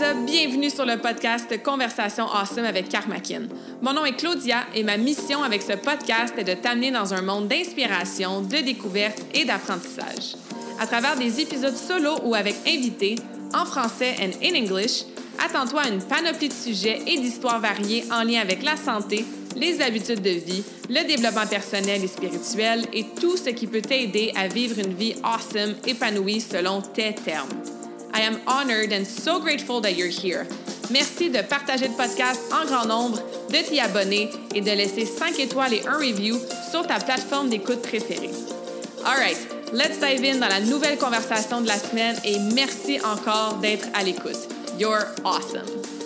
Lisa, bienvenue sur le podcast Conversation Awesome avec Karmakin. Mon nom est Claudia et ma mission avec ce podcast est de t'amener dans un monde d'inspiration, de découverte et d'apprentissage. À travers des épisodes solo ou avec invités, en français and in English, attends-toi à une panoplie de sujets et d'histoires variées en lien avec la santé, les habitudes de vie, le développement personnel et spirituel et tout ce qui peut t'aider à vivre une vie awesome, épanouie selon tes termes. I am honored and so grateful that you're here. Merci de partager le podcast en grand nombre, de t'y abonner et de laisser 5 étoiles et un review sur ta plateforme d'écoute préférée. All right, let's dive in dans la nouvelle conversation de la semaine et merci encore d'être à l'écoute. You're awesome.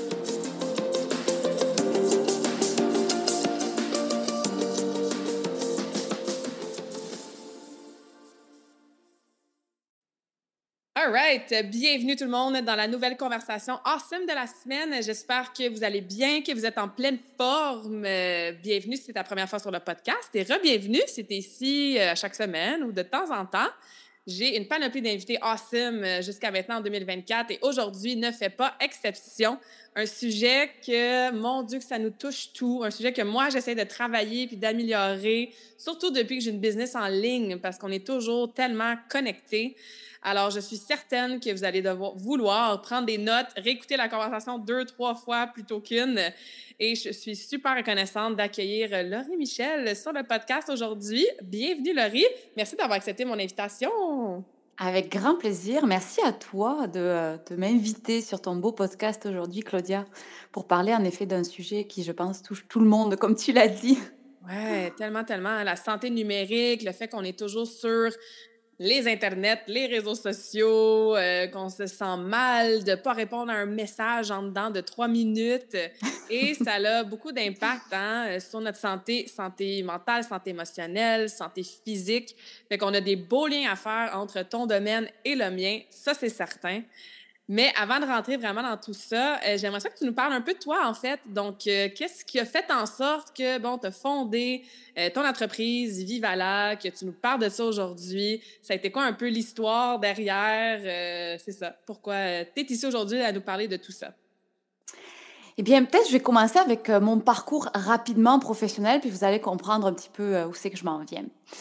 All right, bienvenue tout le monde dans la nouvelle conversation awesome de la semaine. J'espère que vous allez bien, que vous êtes en pleine forme. Bienvenue si c'est ta première fois sur le podcast et re-bienvenue si tu es ici chaque semaine ou de temps en temps. J'ai une panoplie d'invités awesome jusqu'à maintenant en 2024 et aujourd'hui ne fait pas exception. Un sujet que, mon Dieu, que ça nous touche tout. Un sujet que moi, j'essaie de travailler puis d'améliorer, surtout depuis que j'ai une business en ligne parce qu'on est toujours tellement connectés. Alors, je suis certaine que vous allez vouloir prendre des notes, réécouter la conversation 2-3 fois plutôt qu'une. Et je suis super reconnaissante d'accueillir Laurie Michel sur le podcast aujourd'hui. Bienvenue, Laurie. Merci d'avoir accepté mon invitation. Avec grand plaisir. Merci à toi de m'inviter sur ton beau podcast aujourd'hui, Claudia, pour parler en effet d'un sujet qui, je pense, touche tout le monde, comme tu l'as dit. Ouais, tellement, tellement. La santé numérique, le fait qu'on est toujours sur les internets, les réseaux sociaux, qu'on se sent mal de ne pas répondre à un message en dedans de 3 minutes. Et ça a beaucoup d'impact sur notre santé mentale, santé émotionnelle, santé physique. Fait qu'on a des beaux liens à faire entre ton domaine et le mien, ça c'est certain. Mais avant de rentrer vraiment dans tout ça, j'aimerais ça que tu nous parles un peu de toi, en fait. Donc, qu'est-ce qui a fait en sorte que, bon, tu as fondé ton entreprise Vivala, que tu nous parles de ça aujourd'hui? Ça a été quoi un peu l'histoire derrière? C'est ça. Pourquoi tu es ici aujourd'hui à nous parler de tout ça? Eh bien, peut-être je vais commencer avec mon parcours rapidement professionnel, puis vous allez comprendre un petit peu où c'est que je m'en viens.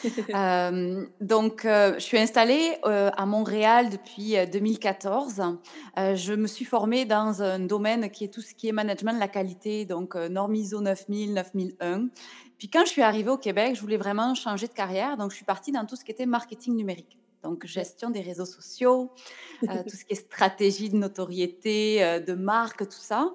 Je suis installée à Montréal depuis 2014. Je me suis formée dans un domaine qui est tout ce qui est management de la qualité, donc norme ISO 9000, 9001. Puis quand je suis arrivée au Québec, je voulais vraiment changer de carrière, donc je suis partie dans tout ce qui était marketing numérique. Donc, gestion des réseaux sociaux, tout ce qui est stratégie de notoriété, de marque, tout ça.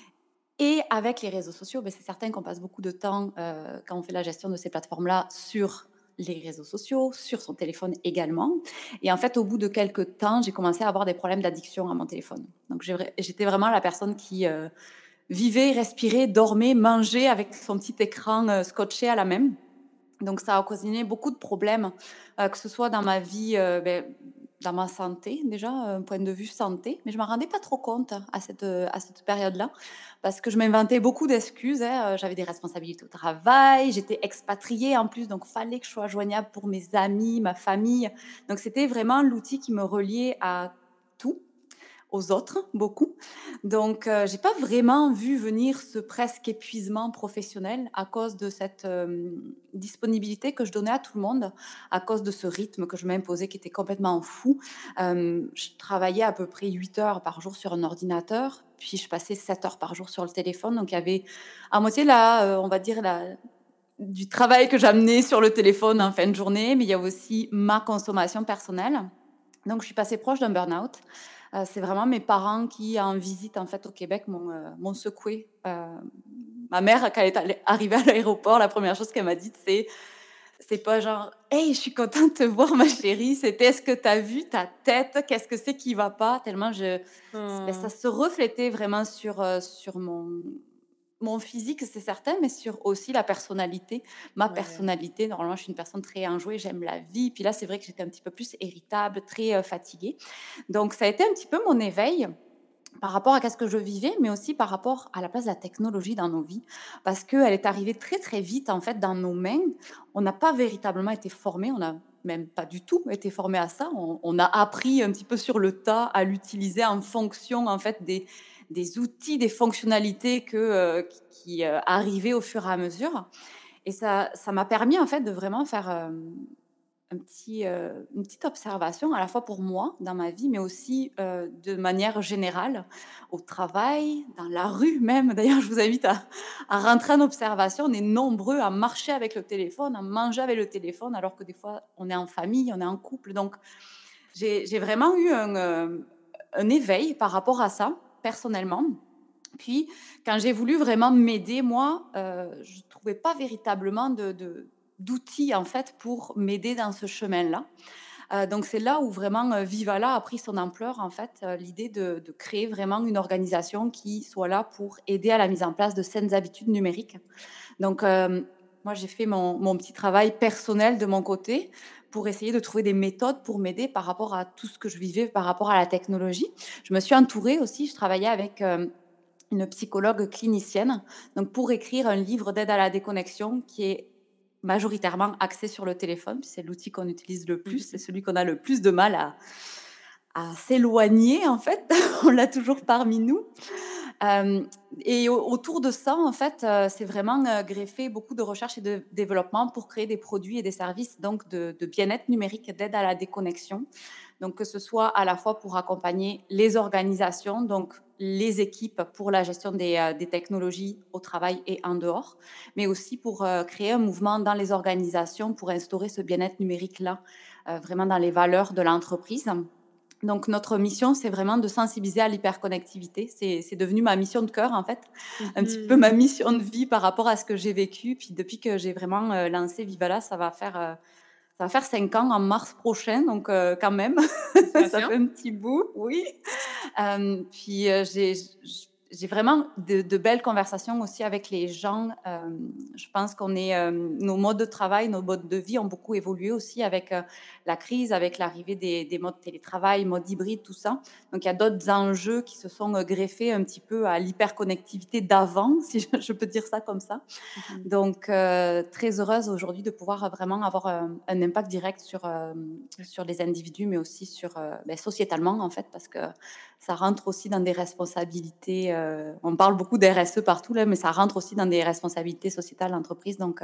Et avec les réseaux sociaux, c'est certain qu'on passe beaucoup de temps, quand on fait la gestion de ces plateformes-là, sur les réseaux sociaux, sur son téléphone également. Et en fait, au bout de quelques temps, j'ai commencé à avoir des problèmes d'addiction à mon téléphone. Donc j'étais vraiment la personne qui, vivait, respirait, dormait, mangeait avec son petit écran, scotché à la main. Donc ça a occasionné beaucoup de problèmes, que ce soit dans ma vie, dans ma santé déjà, un point de vue santé, mais je m'en rendais pas trop compte à cette période-là, parce que je m'inventais beaucoup d'excuses, hein, j'avais des responsabilités au travail, j'étais expatriée en plus, donc fallait que je sois joignable pour mes amis, ma famille. Donc c'était vraiment l'outil qui me reliait à tout, aux autres, beaucoup. Donc, j'ai pas vraiment vu venir ce presque épuisement professionnel à cause de cette, disponibilité que je donnais à tout le monde, à cause de ce rythme que je m'imposais qui était complètement fou. Je travaillais à peu près 8 heures par jour sur un ordinateur, puis je passais 7 heures par jour sur le téléphone. Donc il y avait à moitié on va dire du travail que j'amenais sur le téléphone en fin de journée, mais il y a aussi ma consommation personnelle. Donc je suis passée proche d'un burn-out. C'est vraiment mes parents qui, en visite, en fait, au Québec, m'ont secouée. Ma mère, quand elle est arrivée à l'aéroport, la première chose qu'elle m'a dite, c'est pas genre: «Hey, je suis contente de te voir ma chérie», c'était: «Est-ce que tu as vu ta tête? Qu'est-ce que c'est qui va pas?» Tellement ça Hum, se reflétait vraiment sur mon physique, c'est certain, mais sur aussi la personnalité. Ma ouais. personnalité, normalement, je suis une personne très enjouée, j'aime la vie. Puis là, c'est vrai que j'étais un petit peu plus irritable, très, fatiguée. Donc ça a été un petit peu mon éveil par rapport à qu'est-ce que je vivais, mais aussi par rapport à la place de la technologie dans nos vies. Parce qu'elle est arrivée très, très vite, en fait, dans nos mains. On n'a pas véritablement été formés, on n'a même pas du tout été formés à ça. On a appris un petit peu sur le tas à l'utiliser en fonction, en fait, des outils, des fonctionnalités qui arrivaient au fur et à mesure. Et ça m'a permis en fait de vraiment faire, une petite observation à la fois pour moi, dans ma vie, mais aussi, de manière générale, au travail, dans la rue même. D'ailleurs, je vous invite à rentrer en observation. On est nombreux à marcher avec le téléphone, à manger avec le téléphone, alors que des fois, on est en famille, on est en couple. Donc j'ai vraiment eu un éveil par rapport à ça, personnellement. Puis, quand j'ai voulu vraiment m'aider, moi, je ne trouvais pas véritablement d'outils, en fait, pour m'aider dans ce chemin-là. Donc c'est là où vraiment, Vivala a pris son ampleur, en fait, l'idée de créer vraiment une organisation qui soit là pour aider à la mise en place de saines habitudes numériques. Donc, moi, j'ai fait mon petit travail personnel de mon côté pour essayer de trouver des méthodes pour m'aider par rapport à tout ce que je vivais par rapport à la technologie. Je me suis entourée aussi, je travaillais avec, une psychologue clinicienne, donc pour écrire un livre d'aide à la déconnexion qui est majoritairement axé sur le téléphone. C'est l'outil qu'on utilise le plus, c'est Mhm. celui qu'on a le plus de mal à s'éloigner, en fait. On l'a toujours parmi nous. Hem et autour de ça, en fait, c'est vraiment, greffé beaucoup de recherche et de développement pour créer des produits et des services donc de bien-être numérique, d'aide à la déconnexion. Donc que ce soit à la fois pour accompagner les organisations, donc les équipes pour la gestion des technologies au travail et en dehors, mais aussi pour, créer un mouvement dans les organisations pour instaurer ce bien-être numérique-là, vraiment dans les valeurs de l'entreprise. Donc notre mission, c'est vraiment de sensibiliser à l'hyperconnectivité. C'est devenu ma mission de cœur, en fait, un petit peu Mhm. ma mission de vie par rapport à ce que j'ai vécu. Puis depuis que j'ai vraiment, lancé Vivala, ça va faire 5 ans en mars prochain, donc quand même, ça Félicitations. fait un petit bout, oui. Puis, j'ai vraiment de belles conversations aussi avec les gens. Je pense qu'on est, nos modes de travail, nos modes de vie ont beaucoup évolué aussi avec, la crise, avec l'arrivée des modes télétravail, mode hybride, tout ça. Donc il y a d'autres enjeux qui se sont, greffés un petit peu à l'hyperconnectivité d'avant, si je peux dire ça comme ça. Mhm. Donc, très heureuse aujourd'hui de pouvoir vraiment avoir un impact direct sur les individus, mais aussi sur, sociétalement, en fait, parce que ça rentre aussi dans des responsabilités, on parle beaucoup d'RSE partout là, mais ça rentre aussi dans des responsabilités sociétales d'entreprise, donc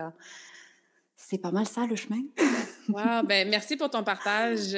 c'est pas mal ça le chemin. Wow, ben merci pour ton partage.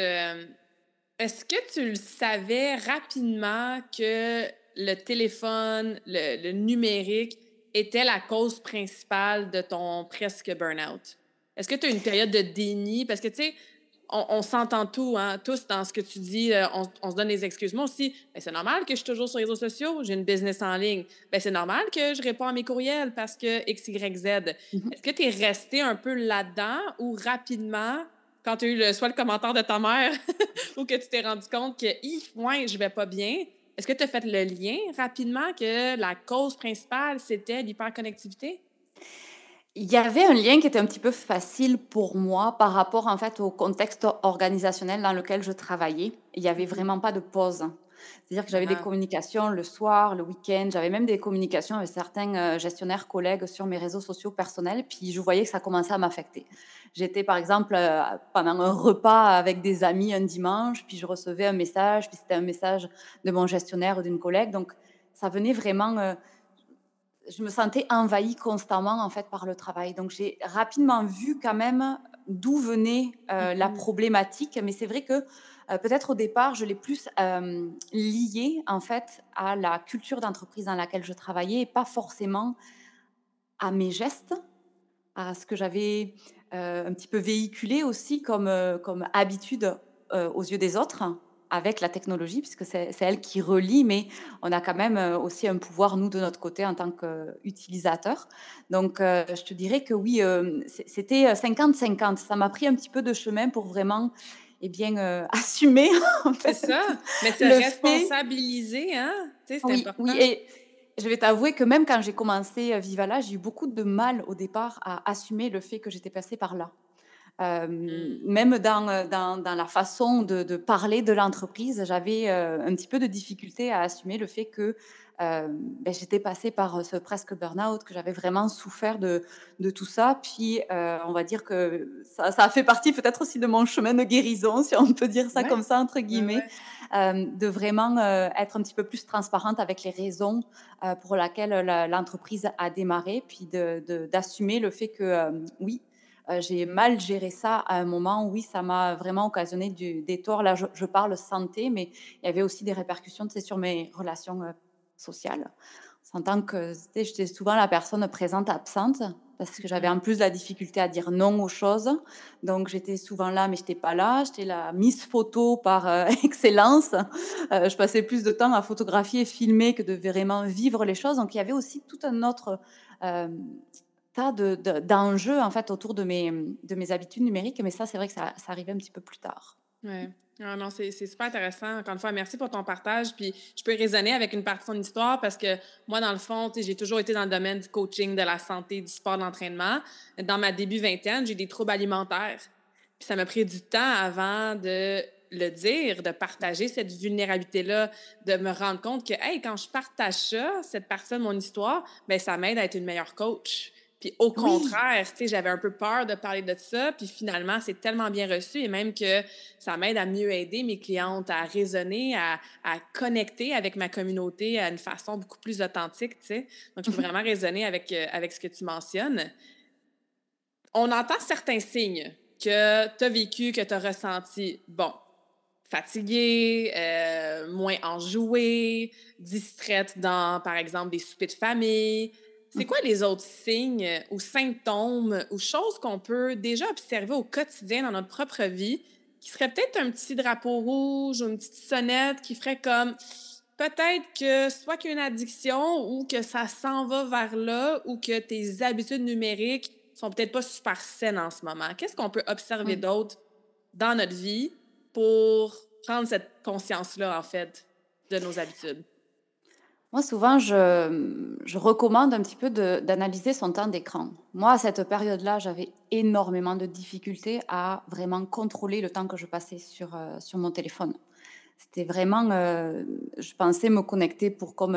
Est-ce que tu le savais rapidement que le téléphone, le numérique était la cause principale de ton presque burn-out? Est-ce que tu as une période de déni? Parce que, tu sais, on s'entend tout, hein, tous dans ce que tu dis, on se donne des excuses. Moi aussi, ben, c'est normal que je suis toujours sur les réseaux sociaux, j'ai une business en ligne. Ben, c'est normal que je réponds à mes courriels parce que X, Y, Z. Est-ce que tu es resté un peu là-dedans ou rapidement, quand tu as eu soit le commentaire de ta mère ou que tu t'es rendu compte que, ouais, je vais pas bien, est-ce que tu as fait le lien rapidement que la cause principale, c'était l'hyperconnectivité? Il y avait un lien qui était un petit peu facile pour moi par rapport, en fait, au contexte organisationnel dans lequel je travaillais. Il y avait Mhm. vraiment pas de pause. C'est-à-dire que j'avais des Ah, communications le soir, le week-end, j'avais même des communications avec certains, gestionnaires collègues sur mes réseaux sociaux personnels, puis je voyais que ça commençait à m'affecter. J'étais, par exemple, pendant un repas avec des amis un dimanche, puis je recevais un message, puis c'était un message de mon gestionnaire ou d'une collègue, donc ça venait vraiment, je me sentais envahie constamment, en fait, par le travail. Donc j'ai rapidement vu quand même d'où venait, la mhm. problématique. Mais c'est vrai que, peut-être au départ, je l'ai plus, liée, en fait, à la culture d'entreprise dans laquelle je travaillais et pas forcément à mes gestes, à ce que j'avais, un petit peu véhiculé aussi comme habitude, aux yeux des autres, avec la technologie, puisque c'est elle qui relie, mais on a quand même, aussi un pouvoir, nous, de notre côté, en tant qu'utilisateurs. Donc, je te dirais que oui, c'était, 50-50. Ça m'a pris un petit peu de chemin pour vraiment, eh bien, assumer, en C'est fait, ça, mais se le fait. responsabiliser, hein? Tu sais, c'est Oui, oui, important. et je vais t'avouer que même quand j'ai commencé, Vivala, j'ai eu beaucoup de mal au départ à assumer le fait que j'étais passée par là. Même dans la façon de parler de l'entreprise, j'avais, un petit peu de difficulté à assumer le fait que, j'étais passée par, ce presque burn-out, que j'avais vraiment souffert de tout ça. Puis, on va dire que ça a fait partie peut-être aussi de mon chemin de guérison, si on peut dire ça Ouais, comme ça entre ouais, guillemets, ouais. de vraiment, être un petit peu plus transparente avec les raisons, pour laquelle, l'entreprise a démarré, puis d'assumer le fait que, oui, j'ai mal géré ça à un moment. Oui, ça m'a vraiment occasionné des torts. Là, je parle santé, mais il y avait aussi des répercussions, tu sais, sur mes relations, sociales. On s'entend que, tu sais, j'étais souvent la personne présente absente parce que j'avais Mmh. en plus la difficulté à dire non aux choses. Donc j'étais souvent là, mais j'étais pas là. J'étais la miss photo par, excellence. Je passais plus de temps à photographier et filmer que de vraiment vivre les choses. Donc il y avait aussi tout un autre, hem tas d'enjeux, en fait, autour de mes habitudes numériques, mais ça, c'est vrai que ça arrivait un petit peu plus tard. Ouais. Ah non, c'est super intéressant. Encore une fois, merci pour ton partage. Puis je peux raisonner avec une partie de ton histoire parce que moi, dans le fond, tu sais, j'ai toujours été dans le domaine du coaching, de la santé, du sport, de l'entraînement. Dans ma début vingtaine, j'ai des troubles alimentaires. Puis ça m'a pris du temps avant de le dire, de partager cette vulnérabilité-là, de me rendre compte que, hey, quand je partage ça, cette partie de mon histoire, bien, ça m'aide à être une meilleure coach. Puis au Oui. contraire, tu sais, j'avais un peu peur de parler de ça, puis finalement, c'est tellement bien reçu et même que ça m'aide à mieux aider mes clientes à raisonner, à connecter avec ma communauté à une façon beaucoup plus authentique, tu sais. Donc, je peux vraiment raisonner avec ce que tu mentionnes. On entend certains signes que tu as vécu, que tu as ressenti. Bon, fatiguée, moins enjouée, distraite dans, par exemple, des soupers de famille. C'est quoi les autres signes ou symptômes ou choses qu'on peut déjà observer au quotidien dans notre propre vie qui serait peut-être un petit drapeau rouge ou une petite sonnette qui ferait comme peut-être que soit qu'il y a une addiction ou que ça s'en va vers là ou que tes habitudes numériques sont peut-être pas super saines en ce moment. Qu'est-ce qu'on peut observer Mmh. d'autre dans notre vie pour prendre cette conscience-là, en fait, de nos habitudes? Moi, souvent, je recommande un petit peu d'analyser son temps d'écran. Moi, à cette période-là, j'avais énormément de difficultés à vraiment contrôler le temps que je passais sur mon téléphone. C'était vraiment, je pensais me connecter pour comme,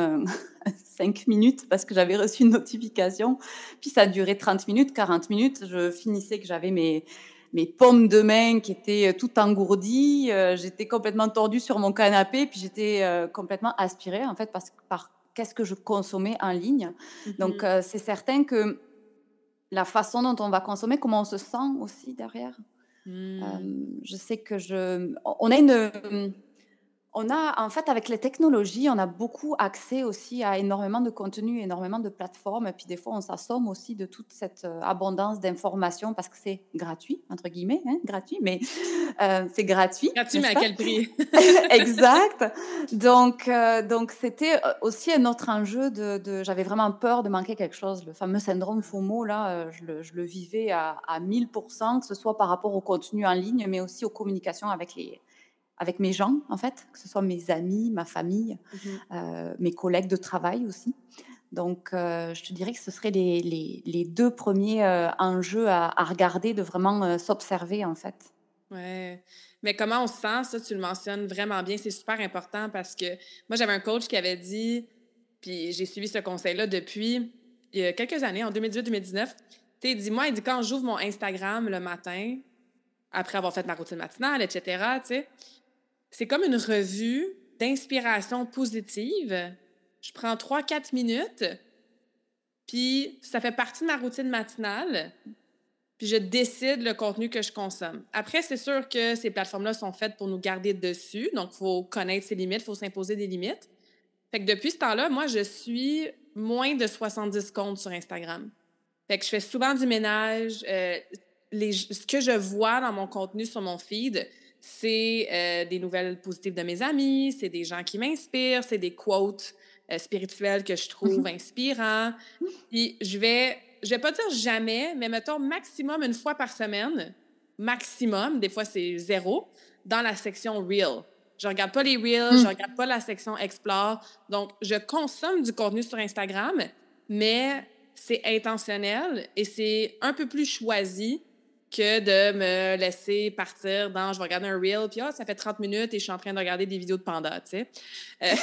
5 minutes parce que j'avais reçu une notification, puis ça durait 30 minutes, 40 minutes. Je finissais que j'avais mes paumes de main qui étaient, toutes engourdies, j'étais complètement tordue sur mon canapé, puis j'étais, complètement aspirée, en fait, par qu'est-ce que je consommais en ligne. Donc, Mhm. c'est certain que la façon dont on va consommer, comment on se sent aussi derrière. Hmm. Je sais que on a une, on a en fait, avec les technologies, on a beaucoup accès aussi à énormément de contenus, énormément de plateformes et puis des fois, on s'assomme aussi de toute cette, abondance d'informations parce que c'est «gratuit» entre guillemets, hein, gratuit, mais c'est gratuit, Gratuit, mais n'est-ce à pas? quel prix? Exact. Donc c'était, aussi un autre enjeu de j'avais vraiment peur de manquer quelque chose. Le fameux syndrome FOMO là, je le vivais à 1000, que ce soit par rapport au contenu en ligne, mais aussi aux communications avec mes gens, en fait, que ce soit mes amis, ma famille, Mhm. mes collègues de travail aussi. Donc, je te dirais que ce seraient les 2 premiers enjeux à regarder, de vraiment, s'observer, en fait. Ouais. Mais comment on se sent, ça, tu le mentionnes vraiment bien. C'est super important parce que moi, j'avais un coach qui avait dit, puis j'ai suivi ce conseil-là depuis il y a quelques années, en 2018-2019. Tu sais, dis-moi, il dit, quand j'ouvre mon Instagram le matin, après avoir fait ma routine matinale, etc., tu sais, c'est comme une revue d'inspiration positive. Je prends 3-4 minutes, puis ça fait partie de ma routine matinale, puis je décide le contenu que je consomme. Après, c'est sûr que ces plateformes-là sont faites pour nous garder dessus, donc il faut connaître ses limites, il faut s'imposer des limites. Fait que depuis ce temps-là, moi, je suis moins de 70 comptes sur Instagram. Fait que je fais souvent du ménage. Ce que je vois dans mon contenu sur mon feed, c'est des nouvelles positives de mes amis, c'est des gens qui m'inspirent, c'est des quotes spirituels que je trouve inspirants. Puis je vais pas dire jamais, mais mettons maximum une fois par semaine, maximum, des fois c'est zéro, dans la section Reel. Je regarde pas les Reels, je Mmh. regarde pas la section Explore. Donc, je consomme du contenu sur Instagram, mais c'est intentionnel et c'est un peu plus choisi que de me laisser partir dans je vais regarder un reel, puis ça fait 30 minutes et je suis en train de regarder des vidéos de pandas, tu sais. Euh,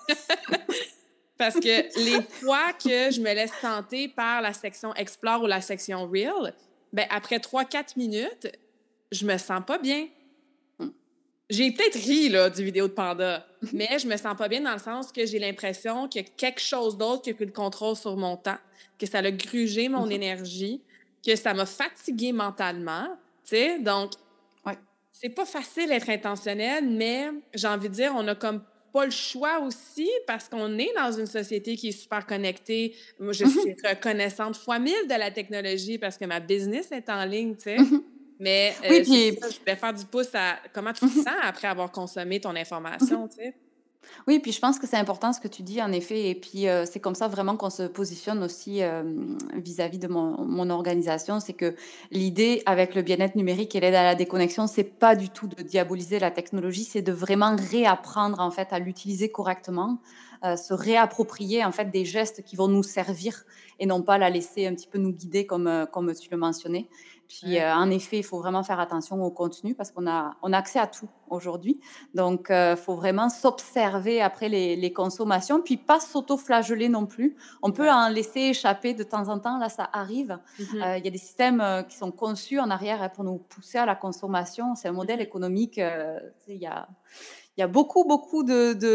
Parce que les fois que je me laisse tenter par la section Explore ou la section Reel, ben après 3-4 minutes, je me sens pas bien. Mmh. J'ai peut-être ri là, du vidéo de panda, mais je me sens pas bien dans le sens que j'ai l'impression qu'il y a quelque chose d'autre qui a pris le contrôle sur mon temps, que ça a grugé mon Mmh. énergie, que ça m'a fatiguée mentalement, tu sais. Donc, Ouais. c'est pas facile d'être intentionnel, mais j'ai envie de dire, on a comme pas le choix aussi parce qu'on est dans une société qui est super connectée. Moi, je Mmh. suis reconnaissante fois mille de la technologie parce que ma business est en ligne, tu sais. Mmh. Mais Oui, c'est puis ça, je voulais faire du pouce à comment tu te mmh. sens après avoir consommé ton Mmh. information, tu sais. Oui, puis je pense que c'est important ce que tu dis en effet et puis, c'est comme ça vraiment qu'on se positionne aussi, vis-à-vis de mon organisation. C'est que l'idée avec le bien-être numérique et l'aide à la déconnexion, c'est pas du tout de diaboliser la technologie, c'est de vraiment réapprendre en fait à l'utiliser correctement, se réapproprier en fait des gestes qui vont nous servir et non pas la laisser un petit peu nous guider comme tu le mentionnais. Puis, Ouais. en effet, il faut vraiment faire attention au contenu parce qu'on a accès à tout aujourd'hui. Donc, faut vraiment s'observer après les consommations, puis pas s'auto-flageller non plus. On peut Exact. en laisser échapper de temps en temps, là, ça arrive. Mhm. Il y a des systèmes, qui sont conçus en arrière, pour nous pousser à la consommation. C'est un modèle Mhm. économique, tu sais, il y a beaucoup, beaucoup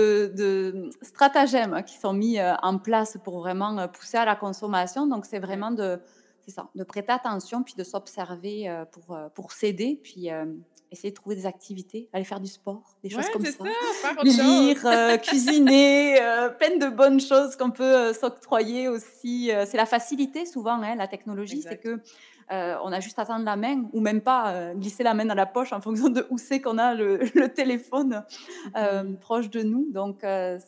de stratagèmes qui sont mis, en place pour vraiment, pousser à la consommation. Donc c'est Ouais. vraiment c'est ça, de prêter attention, puis de s'observer, pour s'aider, puis, essayer de trouver des activités, aller faire du sport, des Ouais, choses comme c'est ça. ça, faire autre chose. Lire, cuisiner, plein de bonnes choses qu'on peut, s'octroyer aussi, c'est la facilité souvent, hein, la technologie, c'est Exact. que, on a juste à tendre la main ou même pas, glisser la main dans la poche en fonction de où c'est qu'on a le le téléphone, Mhm. proche de nous. Donc,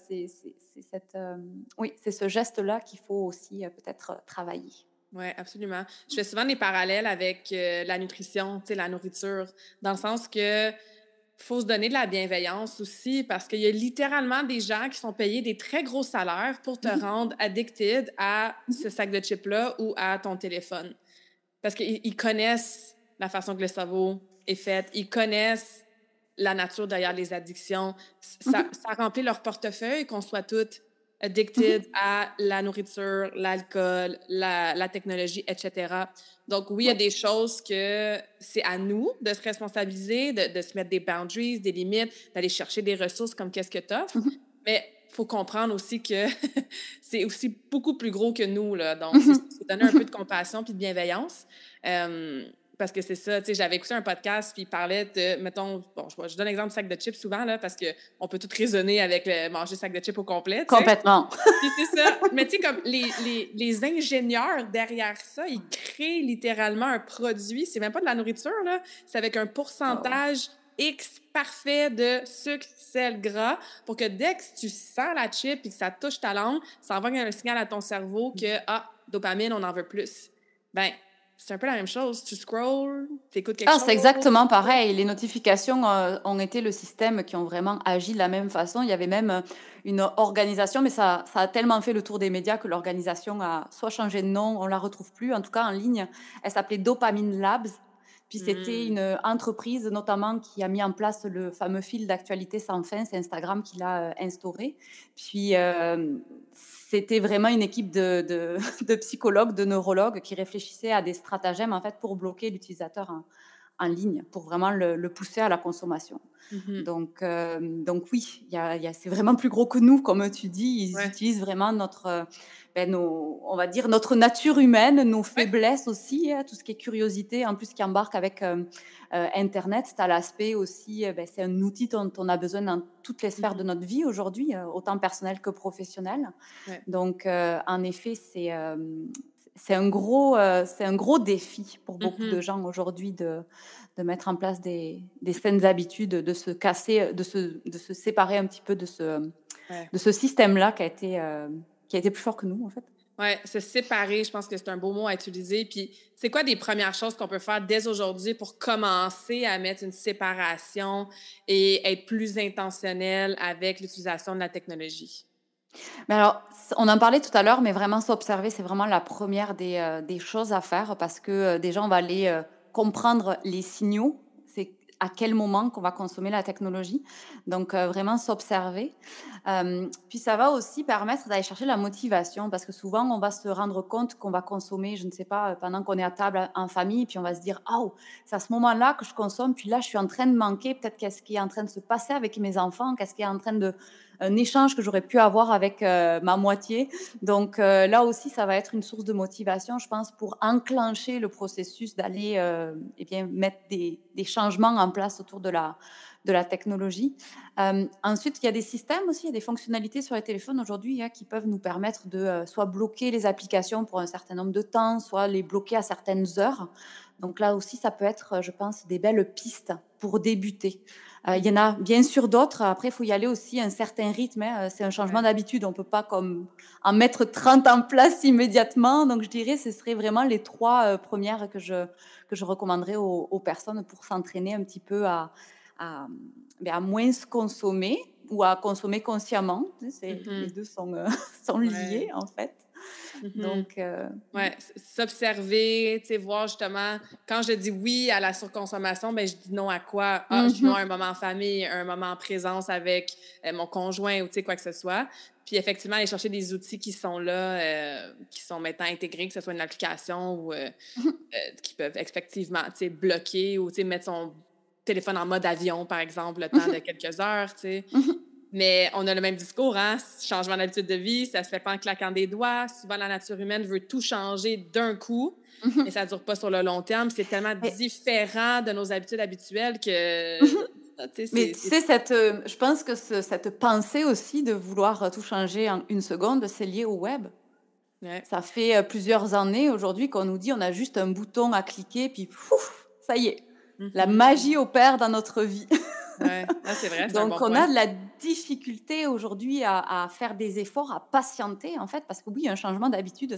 c'est oui, c'est ce geste-là qu'il faut aussi, peut-être, travailler. Oui, absolument. Je fais souvent des parallèles avec la nutrition, tu sais, la nourriture, dans le sens que faut se donner de la bienveillance aussi, parce qu'il y a littéralement des gens qui sont payés des très gros salaires pour te Mmh mh. rendre addicted à Mmh. ce sac de chips-là ou à ton téléphone. Parce qu'ils connaissent la façon que le cerveau est fait, ils connaissent la nature derrière les addictions. Mmh. Ça remplit leur portefeuille qu'on soit toutes Mmh. addicted à la nourriture, l'alcool, la technologie, etc. Donc, oui, il y a Ouais. des choses que c'est à nous de se responsabiliser, de se mettre des boundaries, des limites, d'aller chercher des ressources comme qu'est-ce que tu offres. Mmh. Mais il faut comprendre aussi que c'est aussi beaucoup plus gros que nous, là. Donc, c'est Mmh. se donner un peu de compassion puis de bienveillance. Euh, Parce que c'est ça, tu sais, j'avais écouté un podcast puis il parlait de, mettons, bon, je donne l'exemple du sac de chips souvent, là, parce qu'on peut tout raisonner avec le manger le sac de chips au complet, tu sais. Complètement. Puis c'est ça. Mais tu sais, comme les ingénieurs derrière ça, ils créent littéralement un produit. C'est même pas de la nourriture, là. C'est avec un Oh. pourcentage X parfait de sucre, sel, gras, pour que dès que tu sens la chip et que ça touche ta langue, ça envoie un signal à ton cerveau que, dopamine, on en veut plus. Ben, c'est un peu la même chose. Tu scrolls, tu écoutes quelque Ah, chose. c'est exactement pareil. Les notifications, ont été le système qui ont vraiment agi de la même façon. Il y avait même, une organisation, mais ça a tellement fait le tour des médias que l'organisation a soit changé de nom, on la retrouve plus, en tout cas en ligne. Elle s'appelait Dopamine Labs. Puis c'était Hmm. une entreprise notamment qui a mis en place le fameux fil d'actualité sans fin, c'est Instagram qui l'a, instauré. Puis, c'était vraiment une équipe de de psychologues, de neurologues qui réfléchissaient à des stratagèmes, en fait, pour bloquer l'utilisateur en ligne, pour vraiment le pousser à la consommation. Mhm. Donc oui, c'est vraiment plus gros que nous, comme tu dis. Ils Ouais. utilisent vraiment on va dire, notre nature humaine, nos Ouais. faiblesses aussi, hein, tout ce qui est curiosité, en plus qui embarque avec Internet. Tu as l'aspect aussi, c'est un outil dont on a besoin dans toutes les sphères Mhm. de notre vie aujourd'hui, autant personnelle que professionnelle. Ouais. Donc, en effet, c'est un gros défi pour beaucoup de Mhm. gens aujourd'hui de mettre en place des saines habitudes, de se casser, de se séparer un petit peu Ouais. de ce système-là qui a été plus fort que nous, en fait. Ouais, se séparer, je pense que c'est un beau mot à utiliser. Puis, c'est quoi des premières choses qu'on peut faire dès aujourd'hui pour commencer à mettre une séparation et être plus intentionnel avec l'utilisation de la technologie? Mais alors, on en parlait tout à l'heure, mais vraiment s'observer, c'est vraiment la première des choses à faire parce que, déjà, on va aller, comprendre les signaux, c'est à quel moment qu'on va consommer la technologie. Donc, vraiment s'observer. Puis ça va aussi permettre d'aller chercher la motivation parce que souvent, on va se rendre compte qu'on va consommer, je ne sais pas, pendant qu'on est à table en famille, puis on va se dire: «Ah, oh, c'est à ce moment-là que je consomme, puis là, je suis en train de manquer peut-être qu'est-ce qui est en train de se passer avec mes enfants, qu'est-ce qui est en train de un échange que j'aurais pu avoir avec, ma moitié». Donc, là aussi, ça va être une source de motivation, je pense, pour enclencher le processus d'aller, et bien, mettre des changements en place autour de la technologie. Ensuite, il y a des systèmes aussi, il y a des fonctionnalités sur les téléphones aujourd'hui, hein, qui peuvent nous permettre de, soit bloquer les applications pour un certain nombre de temps, soit les bloquer à certaines heures. Donc là aussi, ça peut être, je pense, des belles pistes pour débuter. Il y en a bien sûr d'autres. Après, il faut y aller aussi à un certain rythme, hein. C'est un changement Ouais. d'habitude. On peut pas comme en mettre 30 en place immédiatement. Donc je dirais, ce serait vraiment les 3 1 que je recommanderais aux personnes pour s'entraîner un petit peu à, à moins se consommer ou à consommer consciemment. Tu sais, les Mhm. 2 sont, sont liés, Ouais. en fait. Mhm. Donc, Ouais, s'observer, tu sais, voir justement, quand je dis oui à la surconsommation, ben je dis non à quoi? Ah, je dis non à un mmh moment en famille, un moment en présence avec mon conjoint ou tu sais, quoi que ce soit. Puis effectivement, aller chercher des outils qui sont là, qui sont maintenant intégrés, que ce soit une application ou qui peuvent effectivement, tu sais, bloquer ou tu sais, mettre son téléphone en mode avion, par exemple, le temps de quelques heures, tu sais. Mais on a le même discours, hein? Changement d'habitude de vie, ça se fait pas en claquant des doigts. Souvent, la nature humaine veut tout changer d'un coup, mais ça dure pas sur le long terme. C'est tellement Mais différent de nos habitudes habituelles que, tu sais, Mais tu sais, je pense que cette pensée aussi de vouloir, tout changer en une seconde, c'est lié au web. Ouais. Ça fait, plusieurs années aujourd'hui qu'on nous dit: «On a juste un bouton à cliquer puis pouf, ça y est, la Mhm. magie opère dans notre vie». Ouais. Ah, c'est vrai, c'est un Donc bon on point. a de la difficulté aujourd'hui à faire des efforts, à patienter, en fait, parce que oui, un changement d'habitude,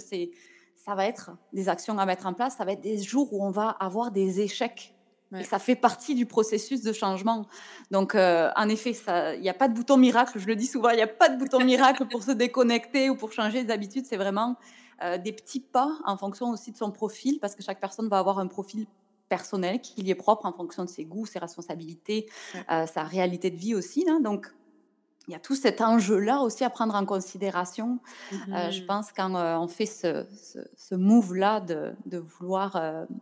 ça va être des actions à mettre en place, ça va être des jours où on va avoir des échecs et Ouais. ça fait partie du processus de changement. Donc en effet, ça il y a pas de bouton miracle, je le dis souvent, il y a pas de bouton miracle pour se déconnecter ou pour changer des habitudes. C'est vraiment, des petits pas en fonction aussi de son profil, parce que chaque personne va avoir un profil personnel qui lui est propre en fonction de ses goûts, ses responsabilités, Ouais. sa réalité de vie aussi, là. Donc il y a tout cet enjeu-là aussi à prendre en considération, je Mhm. pense quand, on fait ce move-là de vouloir,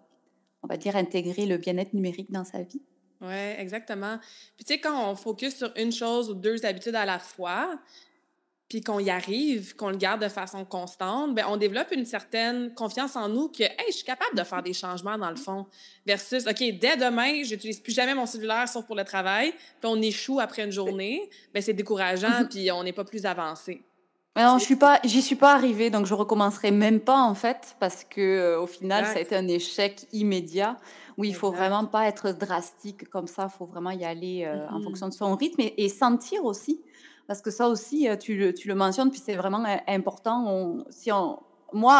on va dire intégrer le bien-être numérique dans sa vie. Ouais, exactement. Puis tu sais, quand on focus sur une chose ou deux habitudes à la fois, puis qu'on y arrive, qu'on le garde de façon constante, ben on développe une certaine confiance en nous que, hey, je suis capable de faire des changements dans le fond. Versus, OK, dès demain, j'utilise plus jamais mon cellulaire sauf pour le travail, puis on échoue après une journée, ben c'est décourageant, puis on n'est pas plus avancé. Mais non, Tu sais? j'y suis pas arrivée, donc je recommencerai même pas en fait, parce que, au final, ça a Exact, été un échec immédiat où il faut exact. vraiment pas être drastique comme ça. Il faut vraiment y aller, en Mhm. fonction de son rythme et sentir aussi, parce que ça aussi, tu le mentionnes, puis c'est vraiment important. Si on moi,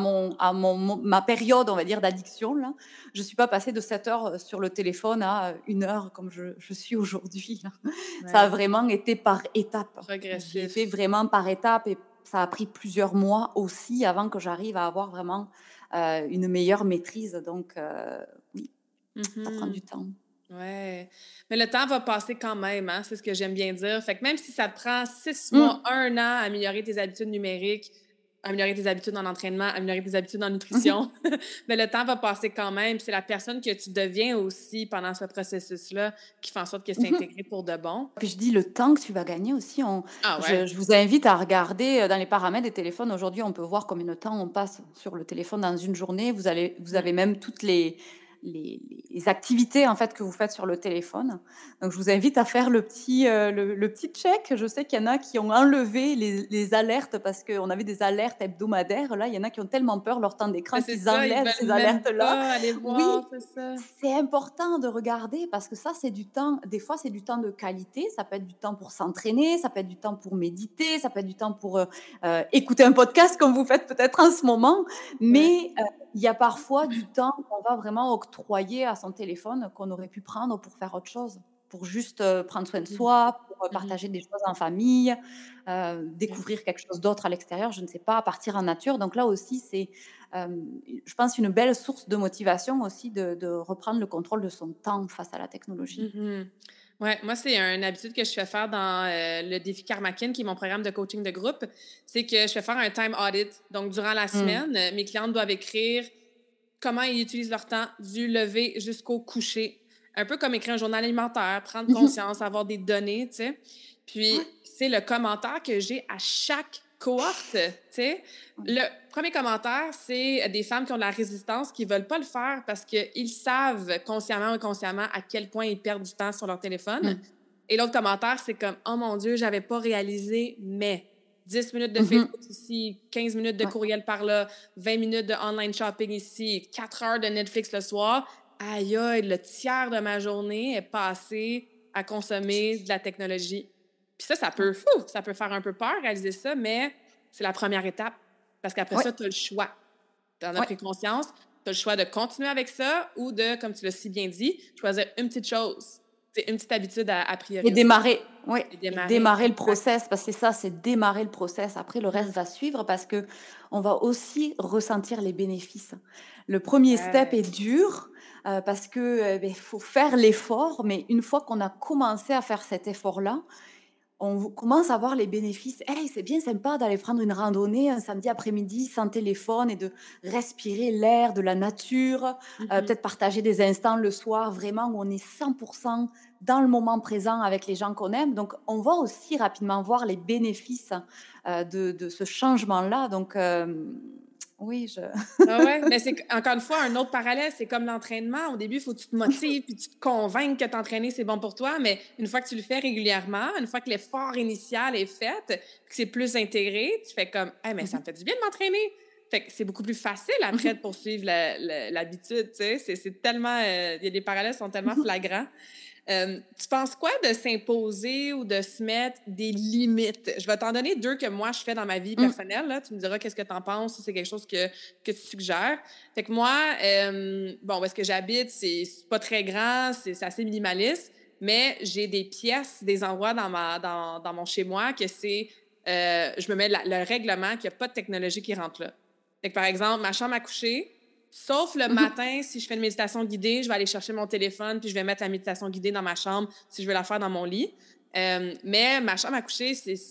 ma période, on va dire, d'addiction là, je suis pas passée de 7 heures, sur le téléphone à, 1 heure comme je suis aujourd'hui là. Ça a Ouais, vraiment été par étapes. J'y ai été progressif. vraiment par étapes et ça a pris plusieurs mois aussi avant que j'arrive à avoir vraiment, une meilleure maîtrise. Donc, oui, ça prend Mhm. du temps. Ouais. Mais le temps va passer quand même, hein? C'est ce que j'aime bien dire. Fait que même si ça te prend 6 mois, Mmh. 1 an à améliorer tes habitudes numériques, améliorer tes habitudes en entraînement, améliorer tes habitudes en Mmh mh. nutrition, mais le temps va passer quand même. C'est la personne que tu deviens aussi pendant ce processus-là qui fait en sorte que c'est Mmh. intégré pour de bon. Puis je dis le temps que tu vas gagner aussi, Ah ouais. je vous invite à regarder, dans les paramètres des téléphones. Aujourd'hui, on peut voir combien de temps on passe sur le téléphone dans une journée. Vous Mm. avez même toutes les les activités, en fait, que vous faites sur le téléphone. Donc je vous invite à faire le petit check. Je sais qu'il y en a qui ont enlevé les alertes parce qu'on avait des alertes hebdomadaires. Là, il y en a qui ont tellement peur, leur temps Ben, d'écran, c'est qu'ils ça, ils enlèvent veulent ces même alertes-là. pas aller Oui, voir, c'est ça. c'est important de regarder parce que ça, c'est du temps des fois, c'est du temps de qualité. Ça peut être du temps pour s'entraîner, ça peut être du temps pour méditer, ça peut être du temps pour, écouter un podcast comme vous faites peut-être en ce moment. Ouais. Mais, il y a parfois du temps qu'on va vraiment octroyer à son téléphone qu'on aurait pu prendre pour faire autre chose, pour juste, prendre soin de Mmh. soi, pour, Mmh. partager des choses en famille, Ouais. découvrir quelque chose d'autre à l'extérieur, je ne sais pas, partir en nature. Donc là aussi, c'est, je pense une belle source de motivation aussi de reprendre le contrôle de son temps face à la technologie. Mmh. Ouais, moi, c'est une habitude que je fais faire dans, le défi Karmakin, qui est mon programme de coaching de groupe. C'est que je fais faire un time audit. Donc durant la Mmh. semaine, mes clientes doivent écrire comment ils utilisent leur temps du lever jusqu'au coucher. Un peu comme écrire un journal alimentaire, prendre Mmh mh. conscience, avoir des données, tu sais. Puis Ouais, c'est le commentaire que j'ai à chaque cohorte, tu sais. ouais. Le premier commentaire, c'est des femmes qui ont de la résistance, qui veulent pas le faire parce qu'ils savent consciemment ou inconsciemment à quel point ils perdent du temps sur leur téléphone. Mmh. Et l'autre commentaire, c'est comme: «Oh mon Dieu, j'avais pas réalisé, mais 10 minutes de Mmh mh. Facebook ici, 15 minutes de Ouais. courriel par là, 20 minutes de online shopping ici, 4 heures de Netflix le soir. Aïe aïe, le tiers de ma journée est passé à consommer de la technologie.» Puis Ouais. ça peut faire un peu peur réaliser ça, mais c'est la première étape parce qu'après Ouais. ça, tu as le choix. Tu en as Ouais. pris conscience, tu as le choix de continuer avec ça ou de, comme tu l'as si bien dit, choisir une petite chose. C'est une petite habitude à Et prioriser démarrer, ouais, et et démarrer. démarrer le Exact. process, parce que c'est ça, c'est démarrer le process. Après, le reste Mmh. va suivre parce que on va aussi ressentir les bénéfices. Le premier step Ouais. est dur, parce que, faut faire l'effort, mais une fois qu'on a commencé à faire cet effort-là, on commence à voir les bénéfices. Hey, c'est bien sympa d'aller prendre une randonnée un samedi après-midi sans téléphone et de respirer l'air de la nature, Mmh. peut-être partager des instants le soir vraiment où on est 100% dans le moment présent avec les gens qu'on aime. Donc, on va aussi rapidement voir les bénéfices de ce changement-là. Donc, oui, je... Ah ouais, mais c'est encore une fois un autre parallèle, c'est comme l'entraînement. Au début, il faut que tu te motives puis tu te convainques que t'entraîner, c'est bon pour toi, mais une fois que tu le fais régulièrement, une fois que l'effort initial est fait, que c'est plus intégré, tu fais comme: «Hey, mais ça me fait du bien de m'entraîner.» Fait que c'est beaucoup plus facile après de poursuivre l'habitude, tu sais? C'est tellement, il y a des parallèles qui sont tellement flagrants. Tu penses quoi de s'imposer ou de se mettre des limites? Je vais t'en donner 2 que moi je fais dans ma vie personnelle, là. Tu me diras qu'est-ce que tu en penses, si c'est quelque chose que tu suggères. Fait que moi, bon, où est-ce que j'habite, c'est pas très grand, c'est assez minimaliste, mais j'ai des pièces, des endroits dans mon chez-moi que c'est, je me mets le règlement qu'il y a pas de technologie qui rentre là. Fait que, par exemple, ma chambre à coucher, sauf le matin, si je fais une méditation guidée, je vais aller chercher mon téléphone puis je vais mettre la méditation guidée dans ma chambre si je veux la faire dans mon lit. Mais ma chambre à coucher,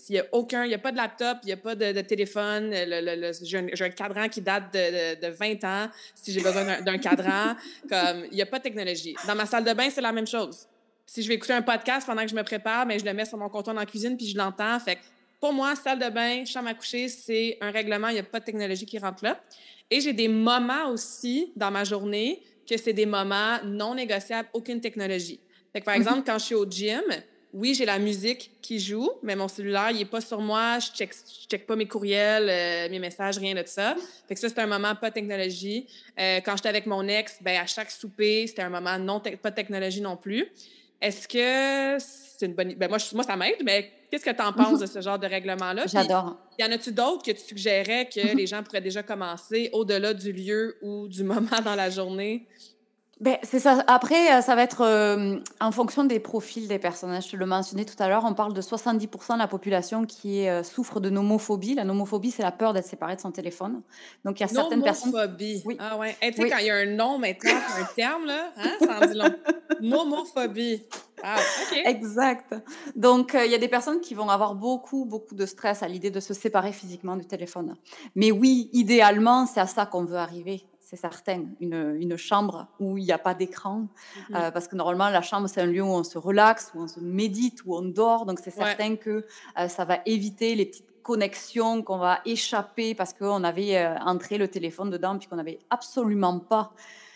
il y a pas de laptop, il y a pas de téléphone. J'ai un cadran qui date de 20 ans si j'ai besoin d'un cadran. Comme, il y a pas de technologie. Dans ma salle de bain, c'est la même chose. Si je vais écouter un podcast pendant que je me prépare, mais je le mets sur mon comptoir dans la cuisine puis je l'entends. Fait que pour moi, salle de bain, chambre à coucher, c'est un règlement. Il n'y a pas de technologie qui rentre là. Et j'ai des moments aussi dans ma journée que c'est des moments non négociables, aucune technologie. Fait que, par exemple, quand je suis au gym, oui, j'ai la musique qui joue, mais mon cellulaire, il n'est pas sur moi, je check pas mes courriels, mes messages, rien de ça. Fait que ça, c'est un moment pas de technologie. Quand j'étais avec mon ex, ben, à chaque souper, c'était un moment pas de technologie non plus. Est-ce que c'est une bonne idée? Ben, moi, ça m'aide, mais qu'est-ce que tu en penses de ce genre de règlement-là? Puis, J'adore. y en a-tu d'autres que tu suggérais que les gens pourraient déjà commencer au-delà du lieu ou du moment dans la journée? Beh, c'est ça. Après, ça va être, en fonction des profils des personnes, hein. Je te le mentionnais tout à l'heure, on parle de 70 de la population qui est, souffre de nomophobie. La nomophobie, c'est la peur d'être séparé de son téléphone. Donc il y a certaines personnes Nomophobie. oui, Ah ouais. Hey, tu sais, oui. quand il y a un nom maintenant puis un terme, là, hein, ça en dit long. Nomophobie. Wow, OK. Exact. Donc il y a des personnes qui vont avoir beaucoup, beaucoup de stress à l'idée de se séparer physiquement du téléphone. Mais oui, idéalement, c'est à ça qu'on veut arriver, c'est certain. Une chambre où il y a pas d'écran, Mmh. parce que normalement la chambre, c'est un lieu où on se relaxe, où on se médite, où on dort. Donc c'est Ouais. certain que, ça va éviter les petites connexions qu'on va échapper parce qu'on avait, entré le téléphone dedans, puis qu'on n'avait absolument pas